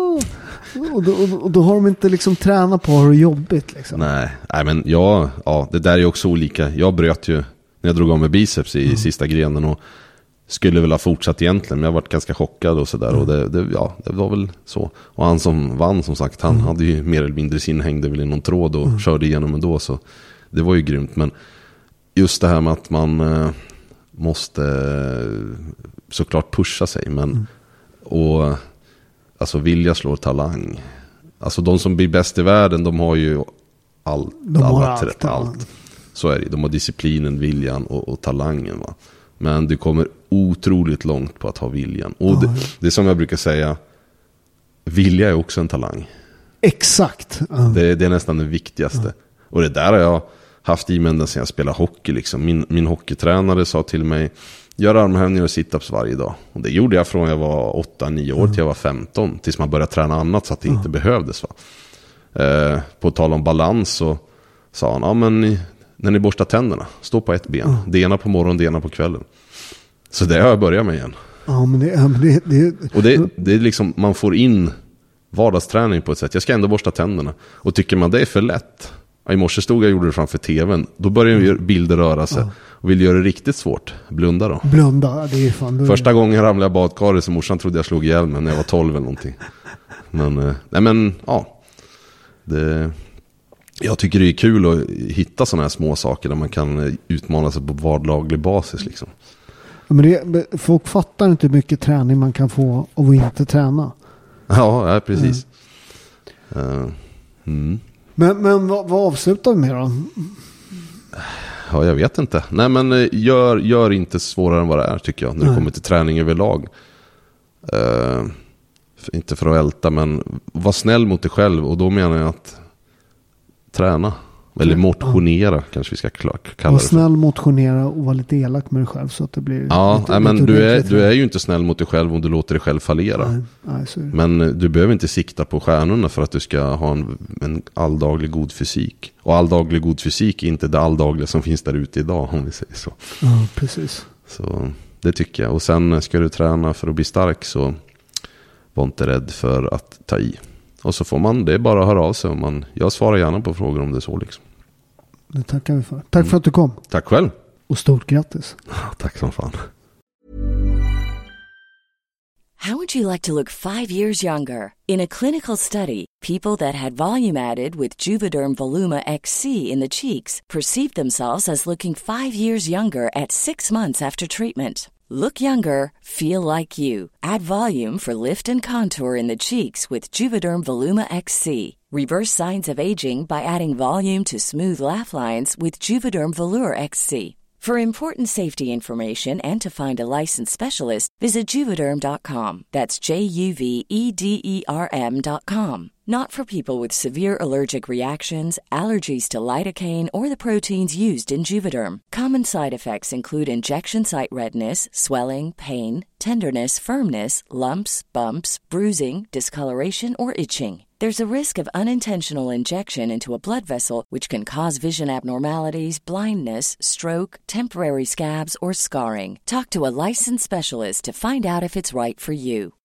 och, då, och, och då har de inte liksom tränat på hur jobbigt. Liksom. Nej, nej, men ja, ja, det där är också olika. Jag bröt ju när jag drog av med biceps i mm. sista grenen. Och skulle väl ha fortsatt egentligen. Men jag varit ganska chockad och sådär. Mm. Och det, det, ja, det var väl så. Och han som vann, som sagt, han mm. hade ju mer eller mindre sin hängde väl i någon tråd och mm. körde igenom ändå. Så det var ju grymt. Men just det här med att man eh, måste eh, såklart pusha sig. Men, mm. och alltså vilja slår talang. Alltså de som blir bäst i världen, de har ju allt. De har alla allt, allt, allt. Så är det. De har disciplinen, viljan och, och talangen. Va? Men du kommer otroligt långt på att ha viljan. Och det, det är som jag brukar säga, vilja är också en talang. Exakt. Uh. Det, det är nästan det viktigaste. Uh. Och det där har jag haft i mig ända sedan jag spelade hockey. Liksom. Min, min hockeytränare sa till mig, gör armhävningar och sit-ups varje dag. Och det gjorde jag från jag var åtta nio år till jag var femton. Tills man började träna annat så att det inte uh. behövdes. Va? Eh, på tal om balans så sa han, ja men ni, när ni borstar tänderna, stå på ett ben. Uh. Det ena på morgonen, det ena på kvällen. Så det har jag börjat med igen. Ja, men det, ja, men det, det... Och det, det är liksom, man får in vardagsträning på ett sätt. Jag ska ändå borsta tänderna. Och tycker man det är för lätt. I morse stod jag och gjorde det framför tvn. Då börjar ju bilder röra sig. Ja. Och vill göra det riktigt svårt. Blunda då. Blunda, det är fan... Första är... gången ramlade jag badkaret så morsan trodde jag slog ihjäl mig när jag var tolv eller någonting. Men, eh, nej men, ja. Det, jag tycker det är kul att hitta sådana här små saker där man kan utmana sig på vardaglig basis liksom. Ja, men det, folk fattar inte hur mycket träning man kan få av att inte träna. Ja, ja precis. Mm. Uh, mm. Men, men vad, vad avslutar vi med då? Ja, jag vet inte. Nej, men gör, gör inte svårare än vad det är tycker jag. När det kommer till träning överlag. Uh, inte för att älta, men var snäll mot dig själv. Och då menar jag att träna. Eller motionera ja. Kanske vi ska kalla det. Var snäll, motionera och vara lite elak med dig själv så att det blir... Ja, lite, nej, men lite du, är, du är ju inte snäll mot dig själv om du låter dig själv fallera. Nej, nej, så är det. Men du behöver inte sikta på stjärnorna för att du ska ha en, en alldaglig god fysik. Och alldaglig god fysik är inte det alldagliga som finns där ute idag, om vi säger så. Ja, precis. Så det tycker jag. Och sen ska du träna för att bli stark så var inte rädd för att ta i. Och så får man det bara höra av sig. Om man, jag svarar gärna på frågor om det är så liksom. Det tackar vi för. Tack för att du kom. Tack själv. Och stort grattis. Tack som fan. How would you like to look five years younger? In a clinical study, people that had volume added with Juvederm Voluma X C in the cheeks perceived themselves as looking five years younger at six months after treatment. Look younger, feel like you. Add volume for lift and contour in the cheeks with Juvederm Voluma X C. Reverse signs of aging by adding volume to smooth laugh lines with Juvederm Volure X C. For important safety information and to find a licensed specialist, visit Juvederm dot com. That's J U V E D E R M dot com. Not for people with severe allergic reactions, allergies to lidocaine, or the proteins used in Juvederm. Common side effects include injection site redness, swelling, pain, tenderness, firmness, lumps, bumps, bruising, discoloration, or itching. There's a risk of unintentional injection into a blood vessel, which can cause vision abnormalities, blindness, stroke, temporary scabs, or scarring. Talk to a licensed specialist to find out if it's right for you.